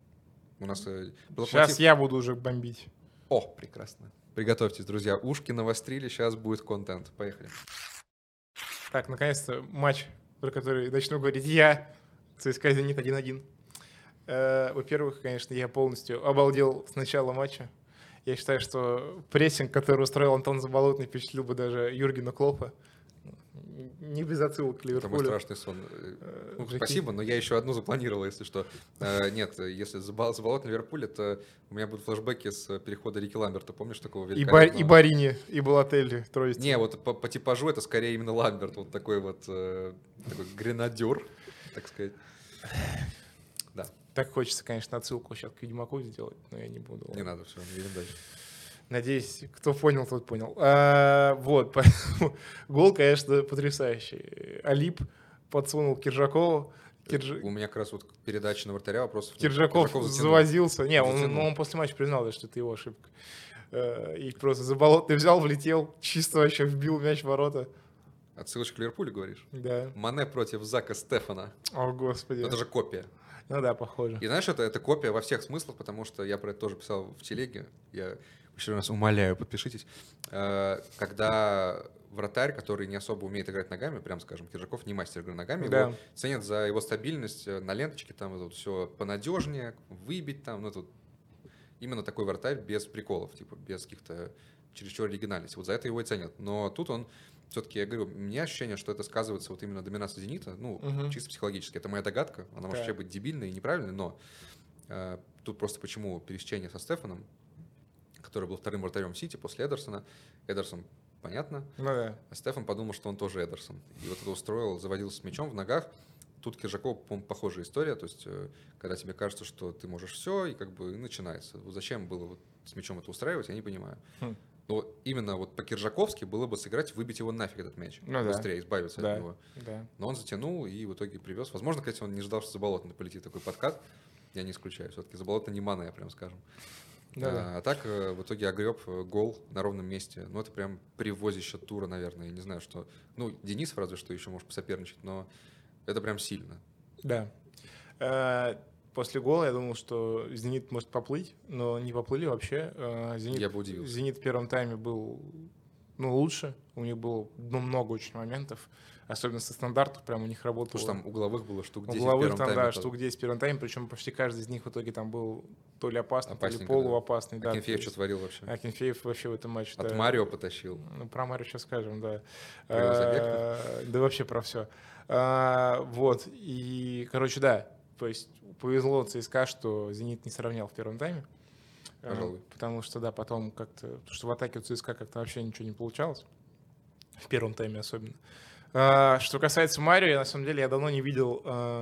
У нас Локомотив... Сейчас я буду уже бомбить. О, прекрасно. Приготовьтесь, друзья. Ушки навострили, сейчас будет контент. Поехали. Так, наконец-то матч, про который начну говорить я. ЦСКА «Зенит» один-один. Э, во-первых, конечно, я полностью обалдел с начала матча. Я считаю, что прессинг, который устроил Антон Заболотный, впечатлил бы даже Юргена Клоппа. Не без отсылок к Ливерпулю. Это мой страшный сон. Ну, спасибо, но я еще одну запланировал, если что. Нет, если Заболотный Ливерпуль, это у меня будут флешбеки с перехода Рики Ламберта. Помнишь такого великолепного? И Барини, и Балотелли. Не, вот по, по типажу это скорее именно Ламберт. Вот такой вот такой гренадер, так сказать. Да. Так хочется, конечно, отсылку сейчас к Ведьмаку сделать, но я не буду. Не надо, все, едем дальше. Надеюсь, кто понял, тот понял. А, вот, поэтому гол, конечно, потрясающий. Алип подсунул Киржакову. Кирж... У меня как раз вот передача на вратаря вопросов. Киржаков, Киржаков завозился. Не, он, он после матча признал, что это его ошибка. И просто Заболотный взял, влетел, чисто вообще вбил мяч в ворота. Отсылочка к Ливерпулю, говоришь? Да. Мане против Зака Стефана. О, господи. Это же копия. Ну да, похоже. И знаешь, это, это копия во всех смыслах, потому что я про это тоже писал в телеге. Я еще раз умоляю, подпишитесь. Когда вратарь, который не особо умеет играть ногами, прям скажем, Киржаков не мастер игры ногами, да. Его ценят за его стабильность на ленточке, там это вот все понадежнее, выбить там, ну тут именно такой вратарь без приколов, типа без каких-то чересчур оригинальностей. Вот за это его и ценят. Но тут он все-таки, я говорю, у меня ощущение, что это сказывается вот именно доминация «Зенита», ну, угу. чисто психологически. Это моя догадка, она может вообще быть дебильной и неправильной, но э, тут просто почему пересечение со Стефаном, который был вторым вратарем Сити после Эдерсона. Эдерсон, понятно, ну, да. А Стефан подумал, что он тоже Эдерсон. И вот это устроил, заводился с мячом в ногах. Тут Киржаков, по-моему, похожая история, то есть э, когда тебе кажется, что ты можешь все, и как бы начинается. Вот зачем было вот с мячом это устраивать, я не понимаю. Хм. Но именно вот по-киржаковски было бы сыграть, выбить его нафиг этот мяч. Ну, быстрее, да. избавиться да. от него. Да. Но он затянул и в итоге привез. Возможно, кстати, он не ждал, что Заболотный полетит такой подкат. Я не исключаю. Все-таки Заболотный не Мане, прям скажем. Да, а, да. а так в итоге огреб гол на ровном месте. Ну, это прям привозище тура, наверное. Я не знаю, что... Ну, Денисов разве что еще может посоперничать, но это прям сильно. Да. После гола я думал, что «Зенит» может поплыть, но не поплыли вообще. «Зенит», я бы удивился. «Зенит» в первом тайме был ну, лучше. У них было ну, много очень моментов. Особенно со стандартов прям у них работало. Потому что там угловых было штук десять угловых, в первом там, тайме. Да, штук десять в первом тайме. Причем почти каждый из них в итоге там был то ли опасный, опасненько, то ли полуопасный. Да. Да, Акинфеев что творил вообще? Акинфеев вообще в этом матче. От да. Марио потащил. Ну, про Марио сейчас скажем, да. А, да вообще про все. А, вот. И, короче, да. То есть повезло ЦСКА, что «Зенит» не сравнял в первом тайме. Пожалуй. Потому что, да, потом как-то... Потому что в атаке у ЦСКА как-то вообще ничего не получалось. В первом тайме особенно. А, что касается Марио, я, на самом деле, я давно не видел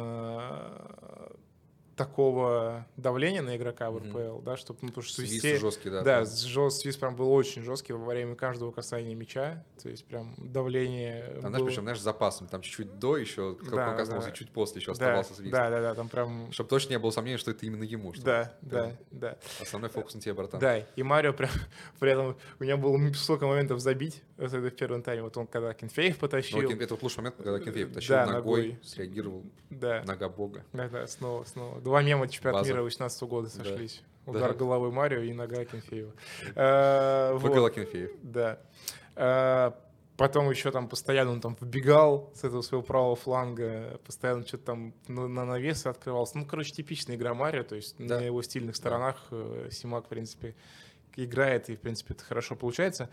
а, такого давления на игрока в эр пэ эл, mm-hmm. да, чтобы, ну, потому что свисте... жесткий, да. Да, жест, свист прям был очень жесткий во время каждого касания мяча, то есть прям давление Там, было... знаешь, причем, знаешь, с запасом, там чуть-чуть до еще, как да, он коснулся, да. чуть после еще да, оставался свист. Да, да, да, там прям... Чтобы точно не было сомнений, что это именно ему. Что да, да, да. Основной фокус на тебе, братан. Да, и Марио прям, при этом у меня было столько моментов забить, вот это в первом тайме, вот он когда Акинфеев потащил. Ну, это вот лучший момент, когда Акинфеев потащил да, ногой, ногой, среагировал, да. нога бога. Да, да, снова, снова. Два мема чемпионата База. мира восемнадцатого года сошлись. Да. Удар да. головой Марио и нога Акинфеева. А, Выиграл вот. Акинфеев. Да. А, потом еще там постоянно он там вбегал с этого своего правого фланга, постоянно что-то там на, на навесы открывался. Ну, короче, типичная игра Марио, то есть да. на его стильных сторонах да. Симак, в принципе, играет, и, в принципе, это хорошо получается.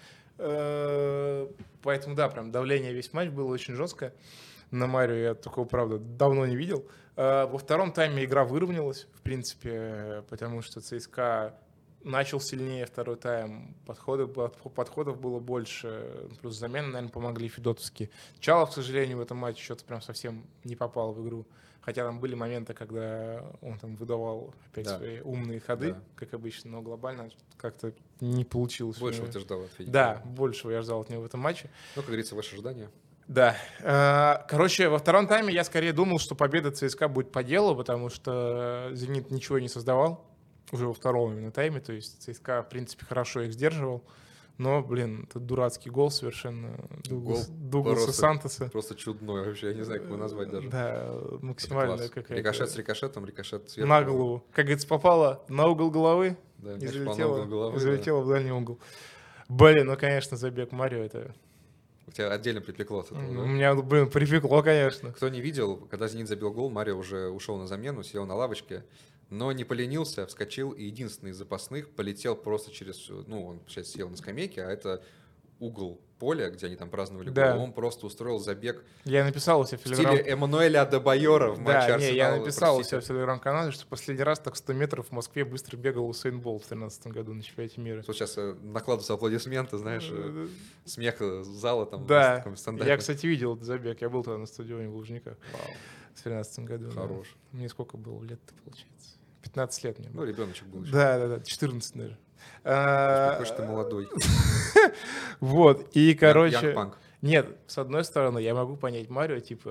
А, поэтому, да, прям давление весь матч было очень жесткое. На Марио я такого, правда, давно не видел. Во втором тайме игра выровнялась, в принципе, потому что ЦСКА начал сильнее второй тайм, подходов, подходов было больше, плюс замены, наверное, помогли федотовские. Чалов, к сожалению, в этом матче что-то прям совсем не попал в игру, хотя там были моменты, когда он там выдавал опять да. свои умные ходы, да. как обычно, но глобально как-то не получилось. Большего ты ждал от Федора. Да, большего я ждал от него в этом матче. Ну, как говорится, ваши ожидания. Да. Короче, во втором тайме я скорее думал, что победа ЦСКА будет по делу, потому что «Зенит» ничего не создавал уже во втором именно тайме, то есть ЦСКА, в принципе, хорошо их сдерживал, но, блин, это дурацкий гол совершенно Дуглас, Дугласа Сантоса. Просто чудной вообще, я не знаю, как его назвать даже. Да, максимально какая-то. Рикошет с рикошетом, рикошет сверху. На голову. Как говорится, попало на угол головы да, и залетело, головы, залетело да. в дальний угол. Блин, ну, конечно, забег Марио это... У тебя отдельно припекло от этого, да? У меня, блин, припекло, конечно. Кто не видел, когда «Зенит» забил гол, Марио уже ушел на замену, сидел на лавочке, но не поленился, вскочил и единственный из запасных полетел просто через... Ну, он сейчас сел на скамейке, а это угол поля, где они там праздновали да. гол, он просто устроил забег. Я написал у себя в Телеграм... стиле Эммануэля Адебайора в матче да, Арсенала. Не, я написал у себя в Телеграм-канале, что последний раз так сто метров в Москве быстро бегал Усейн Болт в тринадцатом году на чемпионате мира. Вот сейчас накладываются аплодисменты, знаешь, смех зала там. Да, я, кстати, видел этот забег, я был тогда на стадионе в Лужниках Вау. в тринадцатом году. Хорош. Да. Мне сколько было лет-то, получается? пятнадцать лет мне было. Ну, ребеночек был еще. Да, да, да, четырнадцать даже. Какой же ты молодой. Вот, и, короче... Young Punk. Нет, с одной стороны, я могу понять Марио, типа,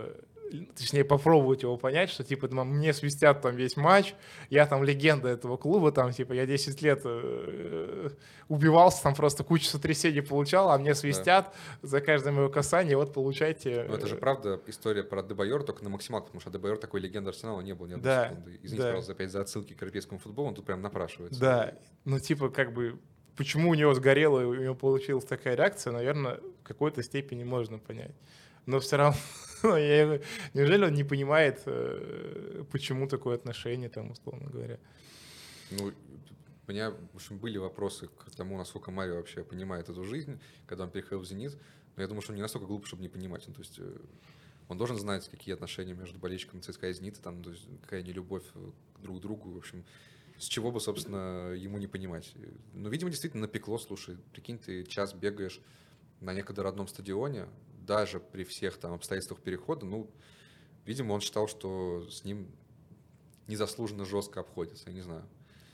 точнее, попробовать его понять, что, типа, там, мне свистят там весь матч, я там легенда этого клуба, там, типа, я десять лет э, убивался, там просто кучу сотрясений получал, а мне свистят да. за каждое мое касание, вот, получайте. Ну, это же правда история про Адебайор, только на максималках, потому что Адебайор такой легенды Арсенала не было ни одной да, секунды. Извините, да. пожалуйста, опять за отсылки к европейскому футболу, он тут прям напрашивается. Да, ну, типа, как бы, почему у него сгорело и у него получилась такая реакция, наверное, в какой-то степени можно понять. Но все равно, я, неужели он не понимает, почему такое отношение, там, условно говоря? Ну, у меня, в общем, были вопросы к тому, насколько Марио вообще понимает эту жизнь, когда он переходил в «Зенит». Но я думаю, что он не настолько глуп, чтобы не понимать. Ну, то есть он должен знать, какие отношения между болельщиками ЦСКА и «Зенита», там, то есть какая нелюбовь друг к другу, в общем, с чего бы, собственно, ему не понимать. Ну, видимо, действительно напекло, слушай, прикинь, ты час бегаешь на некогда родном стадионе, даже при всех там обстоятельствах перехода, ну, видимо, он считал, что с ним незаслуженно жестко обходятся, я не знаю.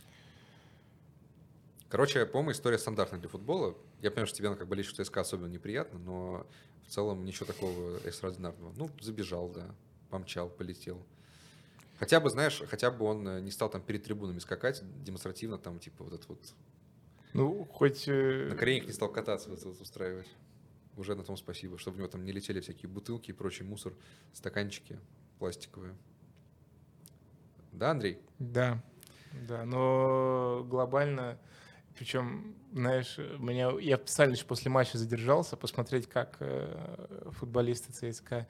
Короче, по-моему, история стандартная для футбола. Я понимаю, что тебе она как болельщик ЦСКА особенно неприятно, но в целом ничего такого экстраординарного. Ну, забежал, да, помчал, полетел. Хотя бы, знаешь, хотя бы он не стал там перед трибунами скакать демонстративно, там, типа, вот это вот... Ну, хоть... На коленях не стал кататься, вот, вот, устраивать. Уже на том спасибо, чтобы у него там не летели всякие бутылки и прочий мусор, стаканчики пластиковые. Да, Андрей? Да, да, но глобально, причем, знаешь, меня, я специально еще после матча задержался посмотреть, как э, футболисты ЦСКА,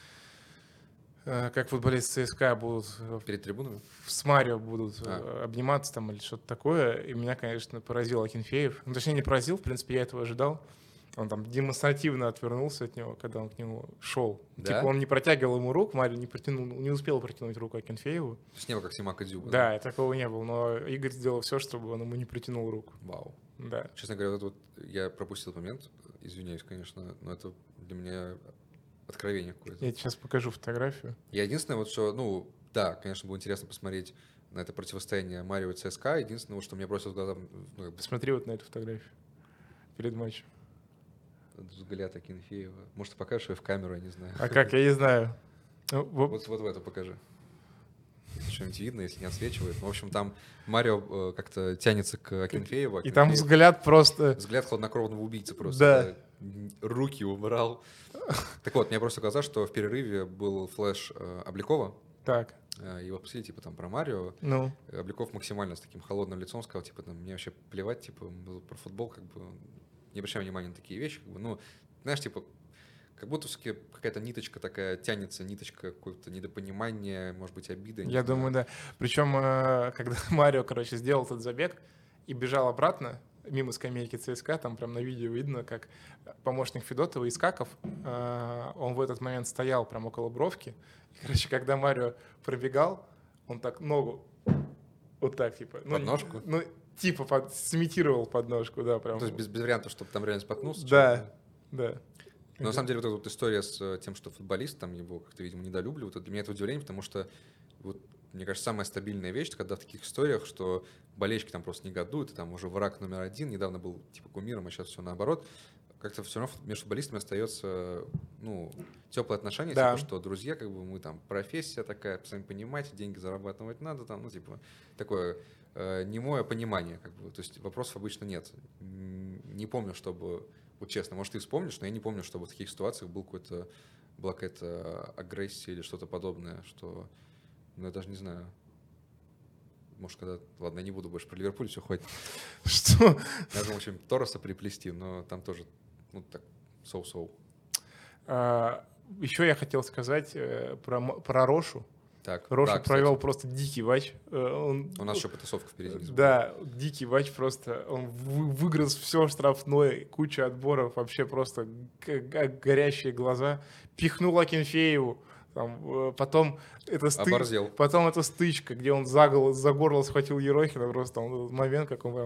э, как футболисты ЦСКА будут... Перед трибунами? С Марио будут а. обниматься там или что-то такое, и меня, конечно, поразил Акинфеев. Ну, точнее, не поразил, в принципе, я этого ожидал. Он там демонстративно отвернулся от него, когда он к нему шел. Да? Типа он не протягивал ему рук, Марио не, протянул, не успел протянуть руку Акинфееву. То есть не было как Симака Дзюба? Да, да, такого не было, но Игорь сделал все, чтобы он ему не протянул руку. Вау. Да. Честно говоря, вот, вот я пропустил момент, извиняюсь, конечно, но это для меня откровение какое-то. Я тебе сейчас покажу фотографию. Я единственное, вот что, ну, да, конечно, было интересно посмотреть на это противостояние Марио и ЦСКА. Единственное, что мне бросилось в глаза... Ну, посмотри вот на эту фотографию перед матчем. Взгляд Акинфеева. Может, ты покажешь ее в камеру, я не знаю. А как, я не знаю. Вот, вот в эту покажи. Что-нибудь видно, если не отсвечивает. В общем, там Марио как-то тянется к Акинфееву. И там взгляд просто... Взгляд хладнокровного убийцы просто. Да. Руки убрал. Так вот, мне просто глаза, что в перерыве был флеш Обликова. Так. Его спросили, типа, там, про Марио. Ну. Обликов максимально с таким холодным лицом сказал, типа, там, мне вообще плевать, типа, про футбол, как бы... Не обращаем внимания на такие вещи, как бы, ну, знаешь, типа, как будто все-таки какая-то ниточка такая тянется, ниточка какое-то недопонимание, может быть, обида. Я думаю, да. Причем, когда Марио, короче, сделал этот забег и бежал обратно, мимо скамейки ЦСКА, там прям на видео видно, как помощник Федотова Искаков, он в этот момент стоял прям около бровки. И, короче, когда Марио пробегал, он так ногу вот так, типа. Подножку? Ну, типа под, сымитировал подножку, да, прям. То есть без, без вариантов, чтобы там реально споткнулся? Да, да. Но на самом деле вот эта вот история с тем, что футболист там его как-то, видимо, недолюбливают, это для меня это удивление, потому что, вот, мне кажется, самая стабильная вещь, когда в таких историях, что болельщики там просто негодуют, и там уже враг номер один, недавно был типа кумиром, а сейчас все наоборот, как-то все равно между футболистами остается, ну, теплое отношение, да. Типа, что друзья, как бы мы там, профессия такая, сами понимаете, деньги зарабатывать надо, там, ну, типа, такое э, немое понимание, как бы, то есть вопросов обычно нет. Не помню, чтобы, вот честно, может, ты вспомнишь, но я не помню, чтобы в таких ситуациях был какой-то, была какая-то агрессия или что-то подобное, что, ну, я даже не знаю. Может, когда... Ладно, я не буду больше про Ливерпуль, все, хватит. Что? Я думал, чем Торреса приплести, но там тоже, ну, так, соу-соу. А, еще я хотел сказать э, про, про Рошу. Так, Роша да, провел просто дикий матч. Он, У нас еще потасовка впереди. Да, дикий матч просто. Он выгрыз все штрафное, куча отборов, вообще просто горящие глаза. Пихнул Акинфееву. Там, потом, это сты... потом это стычка, где он за, гол... за горло схватил Ерохина, просто он, момент, как он прям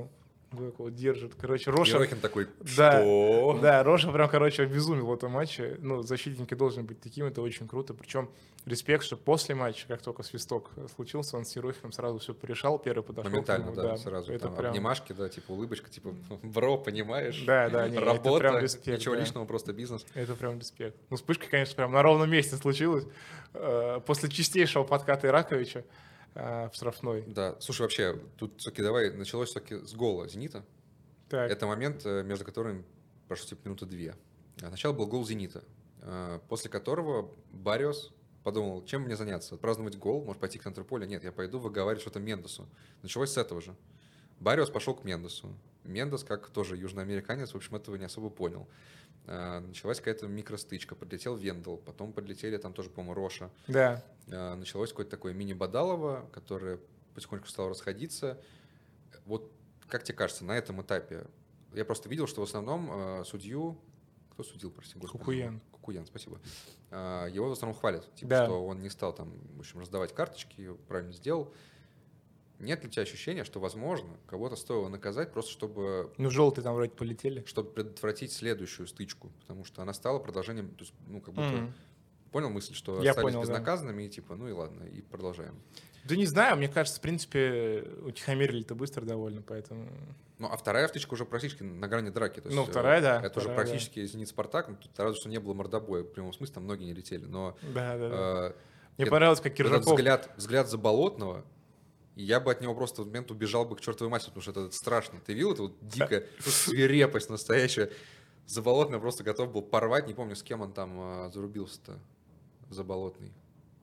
Вот вот держит. Короче, Роша... Ерохин такой, Да, что? да, Роша прям, короче, обезумел в этом матче. Ну, защитники должны быть такими, это очень круто. Причем респект, что после матча, как только свисток случился, он с Ерохиным сразу все порешал, первый подошел Моментально, к нему, да, да, сразу. это Там прям... обнимашки, да, типа улыбочка, типа, бро, понимаешь? Да, да, не, это Работа, прям респект, ничего да. личного, просто бизнес. Это прям респект. Ну, вспышка, конечно, прям на ровном месте случилась. Э, После чистейшего подката Ираковича э, в штрафной. Да, слушай, вообще, тут все-таки давай, началось все-таки с гола «Зенита». Так, Это момент, э, между которыми прошло типа минуты две. А Сначала был гол «Зенита», э, после которого Барриос подумал, чем мне заняться? Отпраздновать гол, может пойти к центру поля? Нет, я пойду выговаривать что-то Мендесу. Началось с этого же. Барриос пошел к Мендесу. Мендес, как тоже южноамериканец, в общем, этого не особо понял. Э, Началась какая-то микростычка, подлетел Вендел, потом подлетели там тоже, по-моему, Роша. да. Э, Началось какое-то такое мини-Бадалово, которое потихоньку стало расходиться. Вот как тебе кажется, на этом этапе? Я просто видел, что в основном э, судью... Кто судил, прости, господи? Кукуян. Кукуян, спасибо. Э, его в основном хвалят. Типа, Да. что он не стал там, в общем, раздавать карточки, правильно сделал. Нет ли у тебя ощущения, что, возможно, кого-то стоило наказать просто, чтобы, Ну, желтые там вроде полетели. чтобы предотвратить следующую стычку? Потому что она стала продолжением... То есть, ну, как будто... Мгм. Понял мысль, что Я остались понял, да. безнаказанными, и типа, ну и ладно, и продолжаем. Да не знаю, мне кажется, в принципе, утихомирили-то быстро довольно, поэтому... Ну, а вторая втычка уже практически на грани драки. То есть, Ну, вторая, э, да, Это уже вторая, практически «Зенит-Спартак». Ну, тут разве что не было мордобоя. В прямом смысле, там многие не летели. Но Да, да, да. э, Мне это- понравилось, как этот Киржаков... взгляд, взгляд Заболотного, и я бы от него просто в момент убежал бы к чертовой матери, потому что это страшно. Ты видел эту вот дикая ну, свирепость настоящая? Заболотный просто готов был порвать. Не помню, с кем он там э, зарубился-то. Заболотный.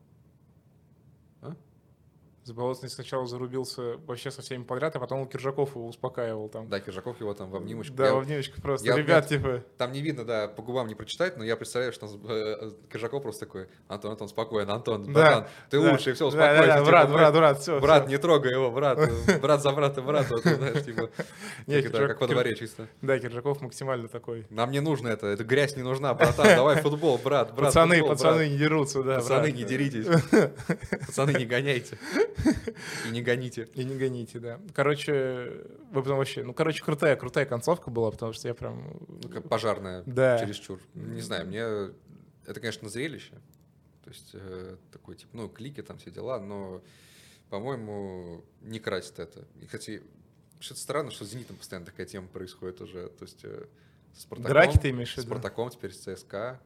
Заболотный сначала зарубился вообще со всеми подряд, а потом Киржаков его успокаивал там. Да, Киржаков его там в обнимочку. Да, Я- во внемечку просто. я- Ребят, я- типа... Там не видно, да, по губам не прочитать, но я представляю, что э, Киржаков просто такой: Антон, Антон, спокойно, Антон, Да, братан, ты да, лучший, все, да, да, успокойся. да, типа, брат, мы- брат, брат, все. брат, не трогай его, брат, э, брат за брата, брат, вот, знаешь, типа, Не, как это, Киржак- как во Кир- дворе чисто. Да, Киржаков максимально такой. Нам не нужно это, эта грязь не нужна, братан, давай футбол, брат, брат, Пацаны, футбол, пацаны брат. не дерутся, да, Пацаны, брат. не деритесь, пацаны, не гоняйте и не гоните. И не гоните, да. Короче, вы потом вообще... Ну, короче, крутая, крутая концовка была, потому что я прям... Ну, как пожарная, Да. чересчур. Не знаю, мне это, конечно, зрелище. То есть э, такой, типа, ну, клики, там все дела, но, по-моему, не красит это. И, кстати, что-то странно, что с «Зенитом» постоянно такая тема происходит уже. То есть э, с Спартаком, Драки ты имеешь в с виду? Спартаком, теперь с ЦСКА.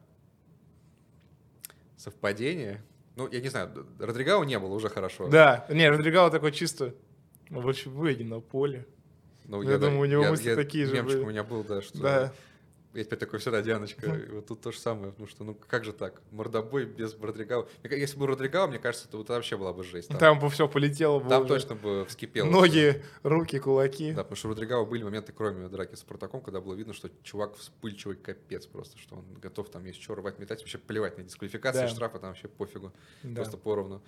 Совпадение? Ну, я не знаю, Родригау не было, уже хорошо. Да, не, Родригало такой чисто... В общем, выйди на поле. Ну, Я думаю, у него мысли я- такие же мемчик были. у меня был, да, что... Да. Я теперь такой, сюда, Дианочка, и вот тут то же самое, потому что, ну, как же так? Мордобой без Родригау. Мне ка- Если бы Родригау, мне кажется, то вот это вообще была бы жесть. Там, Там бы все полетело бы там уже. точно бы вскипело. Ноги, руки, кулаки. Да, потому что у Родригау были моменты, кроме драки с Спартаком, когда было видно, что чувак вспыльчивый капец просто, что он готов там есть что рвать, метать, вообще плевать на дисквалификации, Да. штрафы, там вообще пофигу, Да. просто поровну.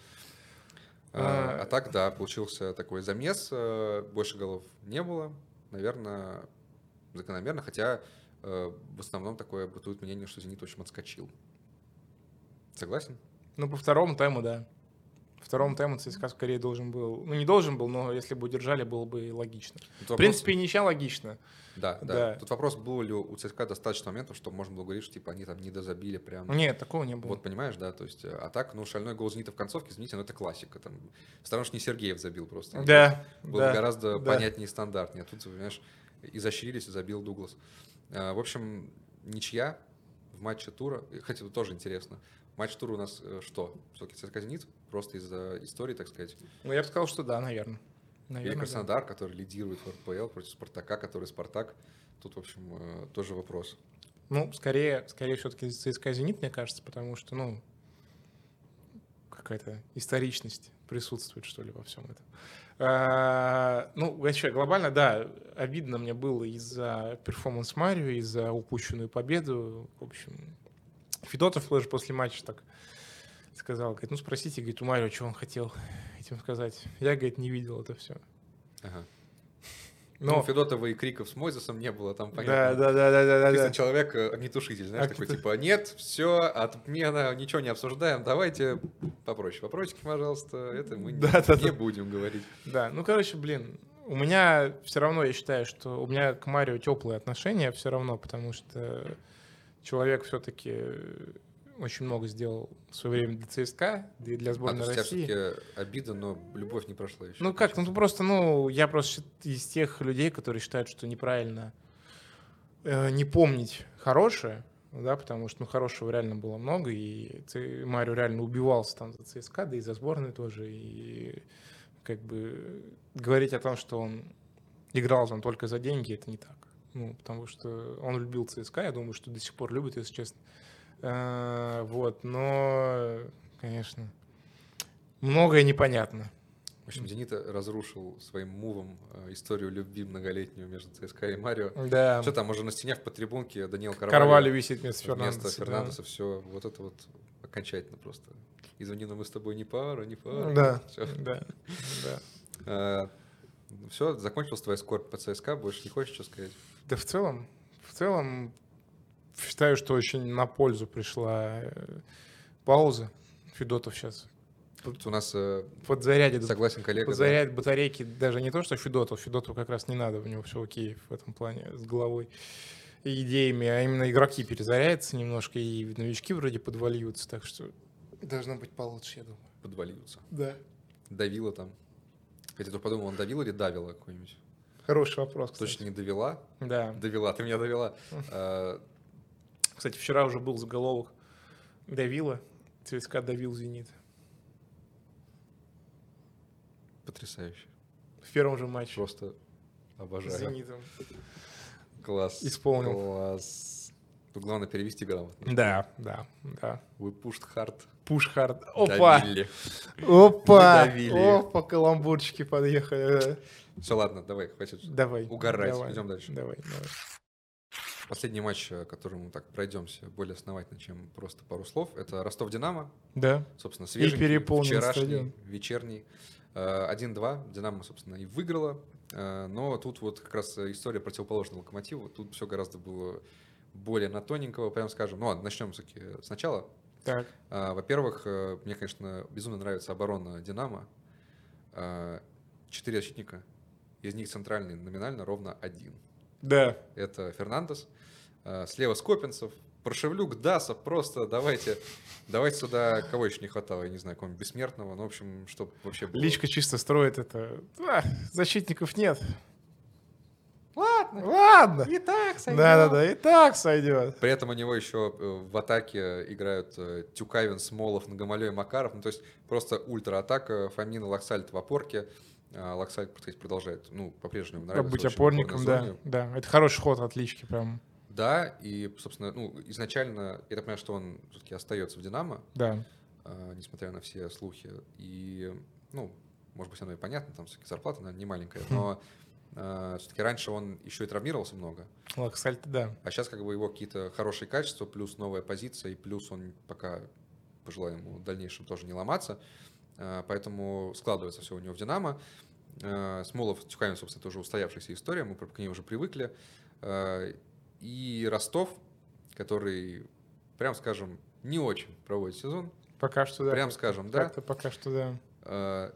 А, А, а так, да, получился такой замес, э, больше голов не было, наверное, закономерно, хотя э, в основном такое бытует мнение, что «Зенит» в общем отскочил. Согласен? Ну, по второму тайму, да. По второму тайму ЦСКА скорее должен был... Ну, не должен был, но если бы удержали, было бы и логично. Тут В вопрос- принципе, и ничья логично. да, да, да. Тут вопрос, было ли у ЦСКА достаточно моментов, чтобы можно было говорить, что типа они там не дозабили прям. Нет, такого не было. Вот понимаешь, да, то есть, а так, ну, шальной гол «Зенита» в концовке, извините, но это классика. Там, потому что не Сергеев забил просто. Да, Было да, гораздо да. понятнее и стандартнее. А тут, понимаешь, изощрились и забил Дуглас. А, В общем, ничья в матче тура. И, Хотя это тоже интересно. Матч тура у нас э, что? Все-таки ЦСКА «Зенит», просто из-за истории, так сказать. Ну, я бы сказал, что да, наверное. Или Наверное, да. Краснодар, который лидирует в эр пэ эл против Спартака, который Спартак. Тут, в общем, э, тоже вопрос. Ну, скорее, скорее все-таки ЦСКА «Зенит», мне кажется, потому что, ну, какая-то историчность присутствует, что ли, во всем этом. А, ну, вообще, глобально, да, обидно мне было из-за перформанс Марио, из-за упущенную победу. В общем, Федотов даже после матча так сказал, говорит, ну, спросите, говорит, у Марио, что он хотел этим сказать. Я, говорит, не видел это все. Ага. Но... Ну, Федотова и криков с Мойзесом не было, там Да, понятно. да, да, да, да, Чисто да. человек э, огнетушитель, знаешь, Огнету- такой типа, нет, все, отмена, ничего не обсуждаем, давайте попроще. Вопросики, пожалуйста, это мы не, Да, да, не да. будем говорить. Да, ну, короче, блин, у меня все равно, я считаю, что у меня к Марио теплые отношения все равно, потому что человек все-таки очень много сделал в свое время для ЦСКА, да и для А, сборной то есть у России. тебя все-таки обида, но любовь не прошла еще. Ну как, ну просто, ну, я просто из тех людей, которые считают, что неправильно э, не помнить хорошее, да, потому что, ну, хорошего реально было много, и Ц- Марио реально убивался там за ЦСКА, да и за сборную тоже, и как бы говорить о том, что он играл там только за деньги, это не так. Ну, потому что он любил ЦСКА, я думаю, что до сих пор любит, если честно. Э, Вот, но, конечно, многое непонятно. В общем, «Зенит» разрушил своим мувом э, историю любви многолетнюю между ЦСКА и Марио. Да, Что там, уже на стене в подтрибунке Даниил Карвалью Карвалью висит вместо вместо Фернандеса. да. Фернандеса, все, вот это вот окончательно просто. Извини, но мы с тобой не пара, не пара. Да, Всё. да, да. Все, закончилась твоя скорбь по ЦСКА, больше не хочешь что сказать? Да в целом, в целом считаю, что очень на пользу пришла э, пауза. Федотов сейчас Тут у нас э, подзарядит, согласен коллега. да. подзарядит батарейки. Даже не то, что Федотов. Федотову как раз не надо, у него все окей в этом плане с головой и идеями, а именно игроки перезарядятся немножко, и новички вроде подвольются, так что должно быть получше, я думаю. Подвалился. Да. Давила там. Хотя я подумал, он давил или давила какой-нибудь? Хороший вопрос, кстати. Точно не довела? Да. Довела, ты меня довела. А, Кстати, вчера уже был заголовок «Давила», ЦСКА давил «Зенит». Потрясающе. В первом же матче Просто с обожаю. «Зенитом». Класс. Исполнил. Класс. Тут главное перевести грамотно. Да, да, да. We pushed hard. Push hard. Опа! Давили. Опа! Мы давили. Опа, каламбурчики подъехали. Все, ладно, давай, хватит Давай. угорать. давай, Идем дальше. Давай, давай. Последний матч, который мы так пройдемся более основательно, чем просто пару слов, это Ростов-Динамо. Да. Собственно, свеженький, переполнен вчерашний, стадион. вечерний. Э, один-два. Динамо, собственно, и выиграла. Э, Но тут вот как раз история противоположного Локомотиву. Тут все гораздо было более на тоненького, прям скажем. Ну ладно, начнем все-таки сначала. Так. А, Во-первых, э, мне, конечно, безумно нравится оборона «Динамо». А, Четыре защитника, из них центральный номинально ровно один. Да. Это Фернандес, а, слева Скопинцев, Прошевлюк, Дасов, просто давайте, давайте сюда, кого еще не хватало, я не знаю, какого-нибудь бессмертного, ну, в общем, чтобы вообще было... Личка чисто строит это. А, защитников нет. Ладно, Ладно. и так сойдет. Да-да-да, и так сойдет. При этом у него еще э, в атаке играют э, Тюкавин, Смолов, Нагомалё и Макаров. Ну, то есть просто ультра-атака. Фомин, Лаксальт в опорке. А Лаксальт, так сказать, продолжает, ну, по-прежнему нравится. Быть очень в опорником, опорной да. зоне. Да, это хороший ход от Лички прям. Да, и, собственно, ну, изначально, я так понимаю, что он все-таки остается в «Динамо», Да. э, несмотря на все слухи. И, ну, может быть, оно и понятно, там все-таки зарплата, наверное, не маленькая, но э, все-таки раньше он еще и травмировался много. Лаксальт, да. А сейчас как бы его какие-то хорошие качества, плюс новая позиция, и плюс он пока, пожелаем ему в дальнейшем тоже не ломаться. Э, Поэтому складывается все у него в «Динамо». Э, Смолов с Тюкавин, собственно, тоже устоявшаяся история, мы к ней уже привыкли. Э, И Ростов, который, прям скажем, не очень проводит сезон. Пока что да. Прям скажем, да. Как-то пока что да. Э,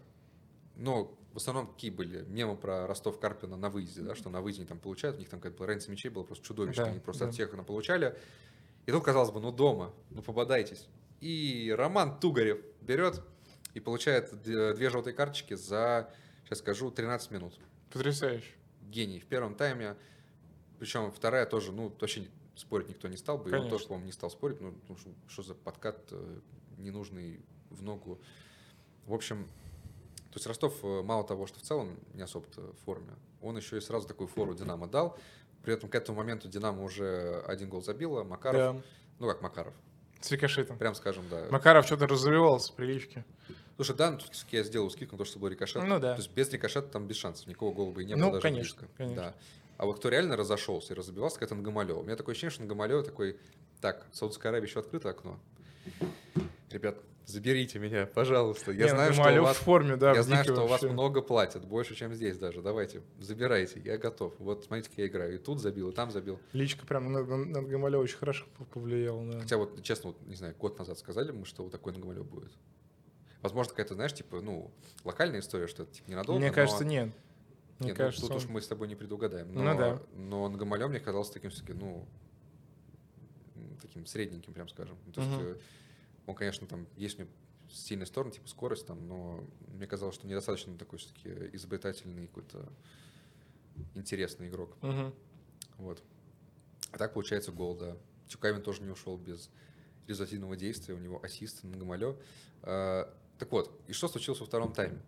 Но в основном какие были мемы про Ростов-Карпина на выезде, да, что на выезде они там получают, у них там какая-то разница мячей была просто чудовищная, Да, они просто да. от всех получали. И тут, казалось бы, ну дома, ну пободайтесь. И Роман Тугарев берет и получает д- две желтые карточки за, сейчас скажу, тринадцать минут. Потрясающе. Гений в первом тайме. Причем вторая тоже, ну, вообще спорить никто не стал бы. И он Конечно. тоже, по-моему, не стал спорить. Ну, ну, что, что за подкат э, ненужный в ногу. В общем, то есть Ростов э, мало того, что в целом не особо-то в форме, он еще и сразу такую фору «Динамо» дал. При этом к этому моменту «Динамо» уже один гол забило. Макаров, Да. ну как Макаров, С рикошетом. прям скажем, да. Макаров что-то развивался при Личке. Слушай, да, ну, тут я сделал скидку на то, что был рикошет. Ну да. То есть без рикошета там без шансов, никакого гола бы и не Ну, было даже конечно, близко. конечно. Да. А вот кто реально разошелся и разбивался, это Нагомалё. У меня такое ощущение, что Нагомалё такой, так, в Саудовской Аравии еще открыто окно. Ребят, заберите меня, пожалуйста. Я Не, знаю, что Нагомалё у вас, в форме, да, я в знаю, дике что у вас вообще. много платят, больше, чем здесь даже. Давайте, забирайте, я готов. Вот смотрите, как я играю. И тут забил, и там забил. Личка прям на, на, на Нагомалё очень хорошо повлиял. Да. Хотя вот, честно, вот, не знаю, год назад сказали мы, что вот такой Нагомалё будет. Возможно, какая-то, знаешь, типа, ну, локальная история, что это типа ненадолго. Мне но- кажется, нет. Мне Нет, кажется, ну, тут он... уж мы с тобой не предугадаем. Но, Ну да. но Нгамалё мне казался таким все-таки, ну, таким средненьким, прям скажем. То есть Мгм. он, конечно, там есть у него сильная сторона, типа скорость там, но мне казалось, что недостаточно такой все-таки изобретательный, какой-то интересный игрок. Мгм. Вот. А так получается гол, да. Тюкавин тоже не ушел без результативного действия, у него ассист на Нгамалё. А, так вот, и что случилось во втором тайме?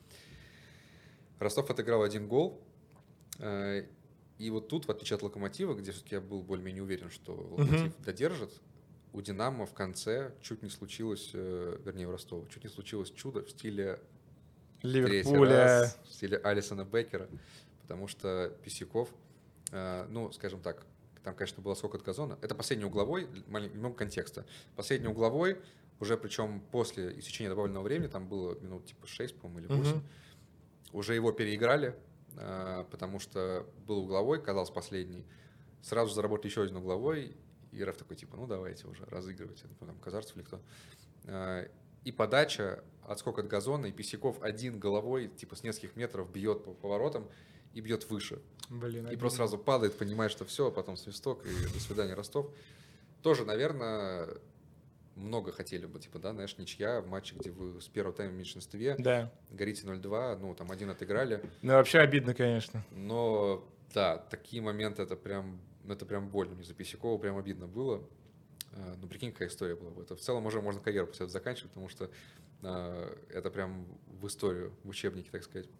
Ростов отыграл один гол, а, и вот тут, в отличие от Локомотива, где все-таки я был более-менее уверен, что Локомотив Мгм. додержит, у Динамо в конце чуть не случилось, э, вернее, у Ростова, чуть не случилось чудо в стиле третий Ливерпуля. раз, в стиле Алисона Беккера, потому что Писяков, э, ну, скажем так, там, конечно, было сколько от газона. Это последний угловой, немного контекста. Последний угловой, уже причем после истечения добавленного времени, там было минут типа шесть, по-моему, или восемь, Мгм. уже его переиграли, э, потому что был угловой, казалось, последний. Сразу заработали еще один угловой, и Раф такой, типа, ну, давайте уже разыгрывайте. Ну, там, Казарцев или кто. Э, И подача, отскок от газона, и Писяков один головой, типа, с нескольких метров бьет по поворотам и бьет выше. Блин, И обидно. просто сразу падает, понимает, что все, потом свисток, и до свидания, Ростов. Тоже, наверное, много хотели бы, типа, да, знаешь, ничья в матче, где вы с первого тайма в меньшинстве, Да. горите ноль-два, ну, там один отыграли. Ну, вообще обидно, конечно. Но, да, такие моменты, это прям, это прям больно. Мне за Писякова прям обидно было. А, Ну, прикинь, какая история была бы. Это в целом уже можно карьеру после этого заканчивать, потому что а, это прям в историю, в учебнике, так сказать.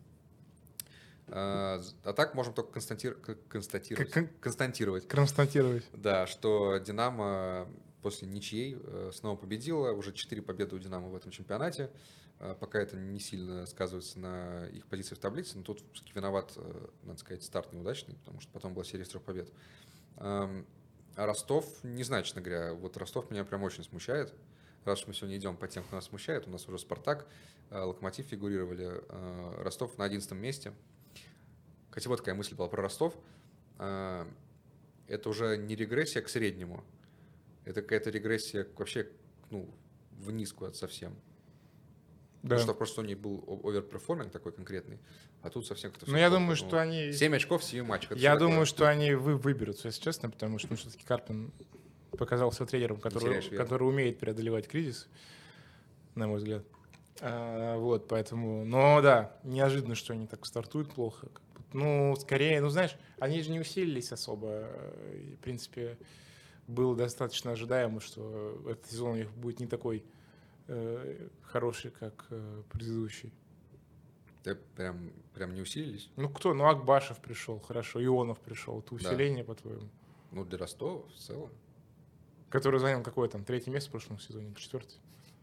А, а так можем только констатир- к- констатировать, Как- констатировать, Констатировать. да, что Динамо после ничьей э, снова победила. Уже четыре победы у Динамо в этом чемпионате. А, Пока это не сильно сказывается на их позиции в таблице, но тут все-таки виноват, э, надо сказать, старт неудачный, потому что потом была серия из трех побед. Ам, А Ростов, не знаю, честно говоря, вот Ростов меня прям очень смущает. Раз уж мы сегодня идем по тем, кто нас смущает, у нас уже Спартак, э, Локомотив фигурировали, э, Ростов на одиннадцатом месте. Хотя вот какая мысль была про Ростов. А, Это уже не регрессия к среднему, это какая-то регрессия к- вообще, ну, вниз куда-то совсем. Да. Потому что в прошлом сезоне был о- оверперформинг такой конкретный, а тут совсем как-то Ну, все я плохо. думаю, Ну, что они... семь очков в семи матчах. это Я что такое? думаю, что они вы выберутся, если честно, потому что, ну, все-таки Карпин показался тренером, который, теряешь веру. который умеет преодолевать кризис, на мой взгляд. А, вот, поэтому... Но да, неожиданно, что они так стартуют плохо. Как бы. Ну, скорее, ну, знаешь, они же не усилились особо. И, в принципе, было достаточно ожидаемо, что этот сезон у них будет не такой э, хороший, как э, предыдущий. Да, прям, прям не усилились. Ну, кто? Ну, Акбашев пришел, хорошо, Ионов пришел. Это Да. усиление, по-твоему? Ну, для Ростова в целом. Который занял какое там, третье место в прошлом сезоне, четвертое?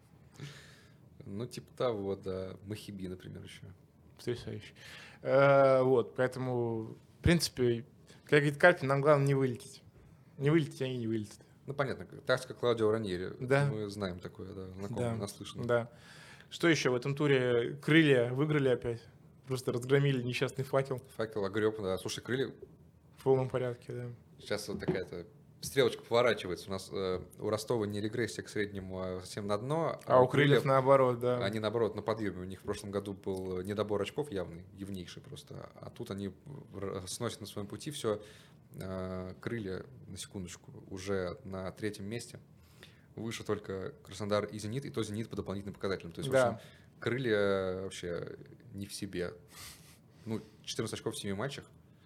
Ну, типа того, да. Махиби, например, еще. Потрясающе. Э, вот, поэтому, в принципе, как говорит Карпин, нам главное не вылететь. Не вылететь, они не вылетят. Ну, понятно. Тактика Клаудио Раньери. Да. Мы знаем такое, да. Знакомое, Да, наслышано. да. Что еще в этом туре? Крылья выиграли опять. Просто разгромили несчастный факел Факел огреб, да. Слушай, крылья... в полном порядке, да. Сейчас вот такая-то стрелочка поворачивается. У нас э, у Ростова не регрессия к среднему, а совсем на дно. А, у крыльев наоборот, да. Они, наоборот, на подъеме. У них в прошлом году был недобор очков явный, явнейший просто. А тут они р- сносят на своем пути все. Крылья, на секундочку, уже на третьем месте. Выше только Краснодар и Зенит, и то Зенит по дополнительным показателям. То есть, Да. в общем, крылья вообще не в себе. Ну, четырнадцать очков в семи матчах.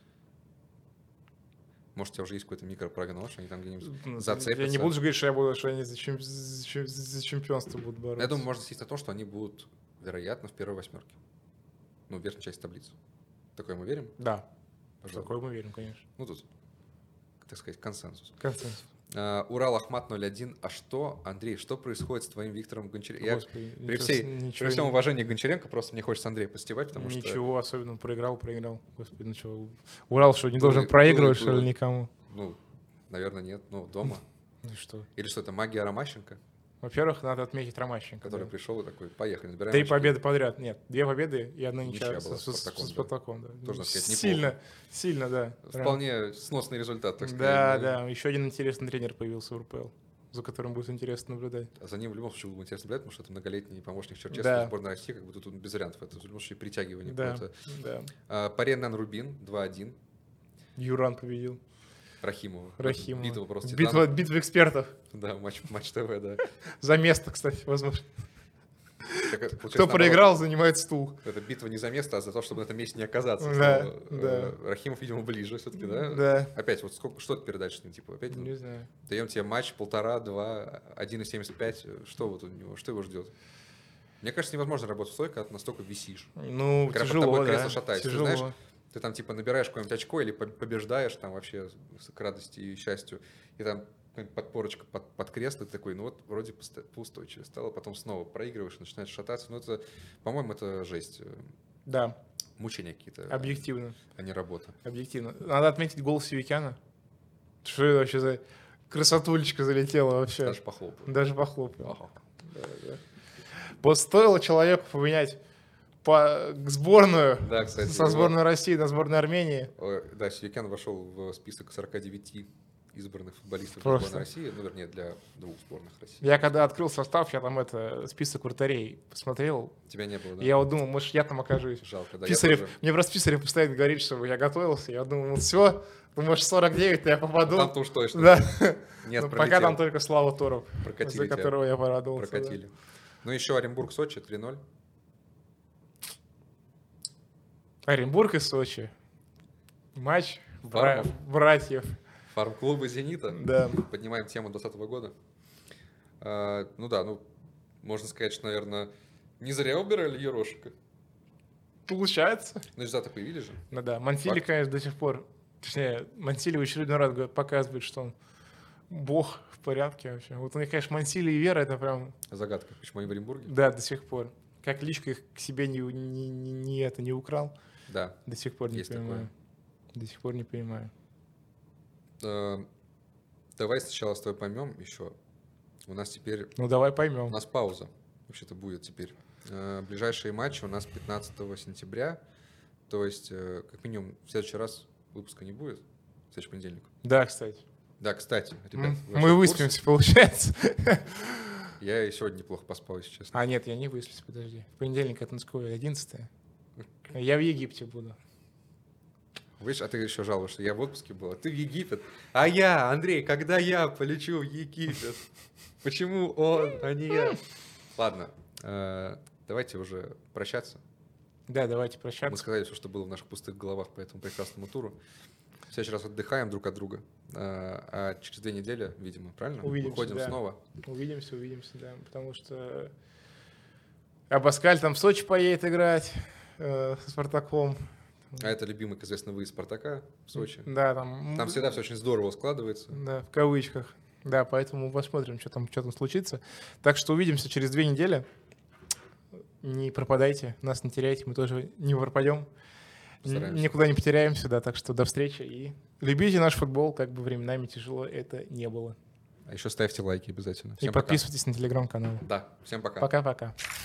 Может, у тебя уже есть какой-то микропрогноз, что они там где-нибудь Ну, зацепятся. Я не буду же говорить, что я буду, что они за, чем- за чем- за чемпионство будут бороться. Я думаю, можно сесть на то, что они будут, вероятно, в первой восьмерке. Ну, в верхней части таблицы. Такое мы верим? Да, в Пожалуй. такое мы верим, конечно. Ну, тут, так сказать, консенсус. Консенсус. А, Урал Ахмат ноль один. А что, Андрей, что происходит с твоим Виктором Гончаренко? Я Господи, при, ничего всей, с- ничего при всем не- уважении к Гончаренко просто мне хочется Андрея постебать, потому что... Ничего особенного, проиграл, проиграл. Господи, ну что, Урал что, не Было- должен проигрывать, было- что ли, было. никому? Ну, наверное, нет. Ну, дома. Ну и что? Или что это, магия Ромащенко, Во-первых, надо отметить Ромащенко. который да. пришел и такой, поехали, набираем Три очки. победы подряд. Нет, две победы и одна Ничья ничья была с, с с- Спартаком, с да. Спартаком. Да. Тоже, надо сказать, сильно, неплохо. сильно, да. Вполне сносный результат, так сказать. Да, Ну, да. Еще один интересный тренер появился в РПЛ. за которым будет интересно наблюдать. За ним в любом случае будет интересно наблюдать, потому что это многолетний помощник Черчесова Да. в сборной России, как бы тут без вариантов. Это в любом случае притягивание Да, какое-то. да. А, Пареннан Рубин два один. Юран победил. Рахимова. Рахимова. Битва просто Битва, титанов. битва экспертов. Да, матч, матч ТВ, да. За место, кстати, возможно. Так, получается, Кто наоборот, проиграл, занимает стул. Это битва не за место, а за то, чтобы на этом месте не оказаться. Да, Что, да. э, Рахимов, видимо, ближе все-таки, да? Да. Опять, вот сколько, что теперь дальше с ним? Типа, опять Не знаю. даем тебе матч полтора, два, один и семьдесят пять. Что вот у него, что его ждет? Мне кажется, невозможно работать в стойке, когда ты настолько висишь. Ну, Когда под тяжело, тобой да. кресло шатается. Ты Тяжело. знаешь, ты там типа набираешь какое-нибудь очко или по- побеждаешь там вообще с- к радости и счастью, и там какая-нибудь подпорочка под, под кресло, ты такой, ну вот вроде поста- поустойчивее стало, потом снова проигрываешь, начинаешь шататься. Ну это, по-моему, это жесть. э, Да, Мучения какие-то, объективно. а не работа. Объективно. Надо отметить гол Севикяна. Что это вообще за красотулечка залетела вообще? Даже похлопаю. Даже похлопал. Ага. Да, да. Вот стоило человеку поменять по сборную Да, кстати, со его- сборной России на сборную Армении. Ой, Да, Севикян вошел в список сорока девяти избранных футболистов для Просто. сборной России, ну, вернее, для двух сборных России. Я когда открыл состав, я там это список вратарей посмотрел. Тебя не было, да? Я вот думал, может, я там окажусь. Жалко, да. я Писарев, тоже- мне просто Писарев постоянно говорит, чтобы я готовился. Я думал, ну все, думаешь, сорок девять, то я попаду. Там-то уж точно. Да. Нет, Но пока пролетел. там только Слава Торов, Прокатили за тебя. которого я порадовался. да. Прокатили. Ну, еще Оренбург-Сочи три ноль. Оренбург и Сочи. Матч бра- Фармов. братьев. Фарм-клубы «Зенита». Да. Поднимаем тему двадцатого года. А, ну да, ну, можно сказать, что, наверное, не зря убирали Ерошика. Получается. Ну, результаты появились же. Ну да, Мансили, Факт. конечно, до сих пор... Точнее, Мансили в очередной раз говорит- показывает, что он бог в порядке вообще. Вот у них, конечно, Мансили и Вера, это прям... Загадка, почему они в Оренбурге? Да, до сих пор. Как личка их к себе не, не, не, не это, не украл, Да. до сих пор не Есть понимаю. До сих пор не понимаю. А, давай сначала с тобой поймем еще. У нас теперь... Ну, давай У поймем. нас пауза вообще-то будет теперь. А, ближайшие матчи у нас пятнадцатого сентября. То есть, э, как минимум, в следующий раз выпуска не будет. В следующий понедельник. Да, кстати. Да, кстати, ребят, М, вы вообще Мы в курсе? выспимся, получается. Я и сегодня неплохо поспал, если честно. А, нет, я не высплюсь, подожди. Понедельник это какое? одиннадцатое? Я в Египте буду. Видишь, а ты еще жалуешься, я в отпуске был, а ты в Египет. А я, Андрей, когда я полечу в Египет? Почему он, а не я? Ладно, э, давайте уже прощаться. Да, давайте Мы прощаться. сказали все, что было в наших пустых головах по этому прекрасному туру. В следующий раз отдыхаем друг от друга. Э, А через две недели, видимо, правильно? Увидимся, Выходим да. снова. Увидимся, увидимся, да. Потому что Абаскаль там в Сочи поедет играть э, со Спартаком. А это любимый, как известно, выезд Спартака в Сочи. Да, там... Там всегда все очень здорово складывается. Да, в кавычках. Да, поэтому посмотрим, что там, что там случится. Так что увидимся через две недели. Не пропадайте, нас не теряйте, мы тоже не пропадем. Постараемся. Никуда не потеряемся, да, так что до встречи. И любите наш футбол, как бы временами тяжело это не было. А еще ставьте лайки обязательно. И Всем пока. подписывайтесь на телеграм-канал. Да, всем пока. Пока-пока.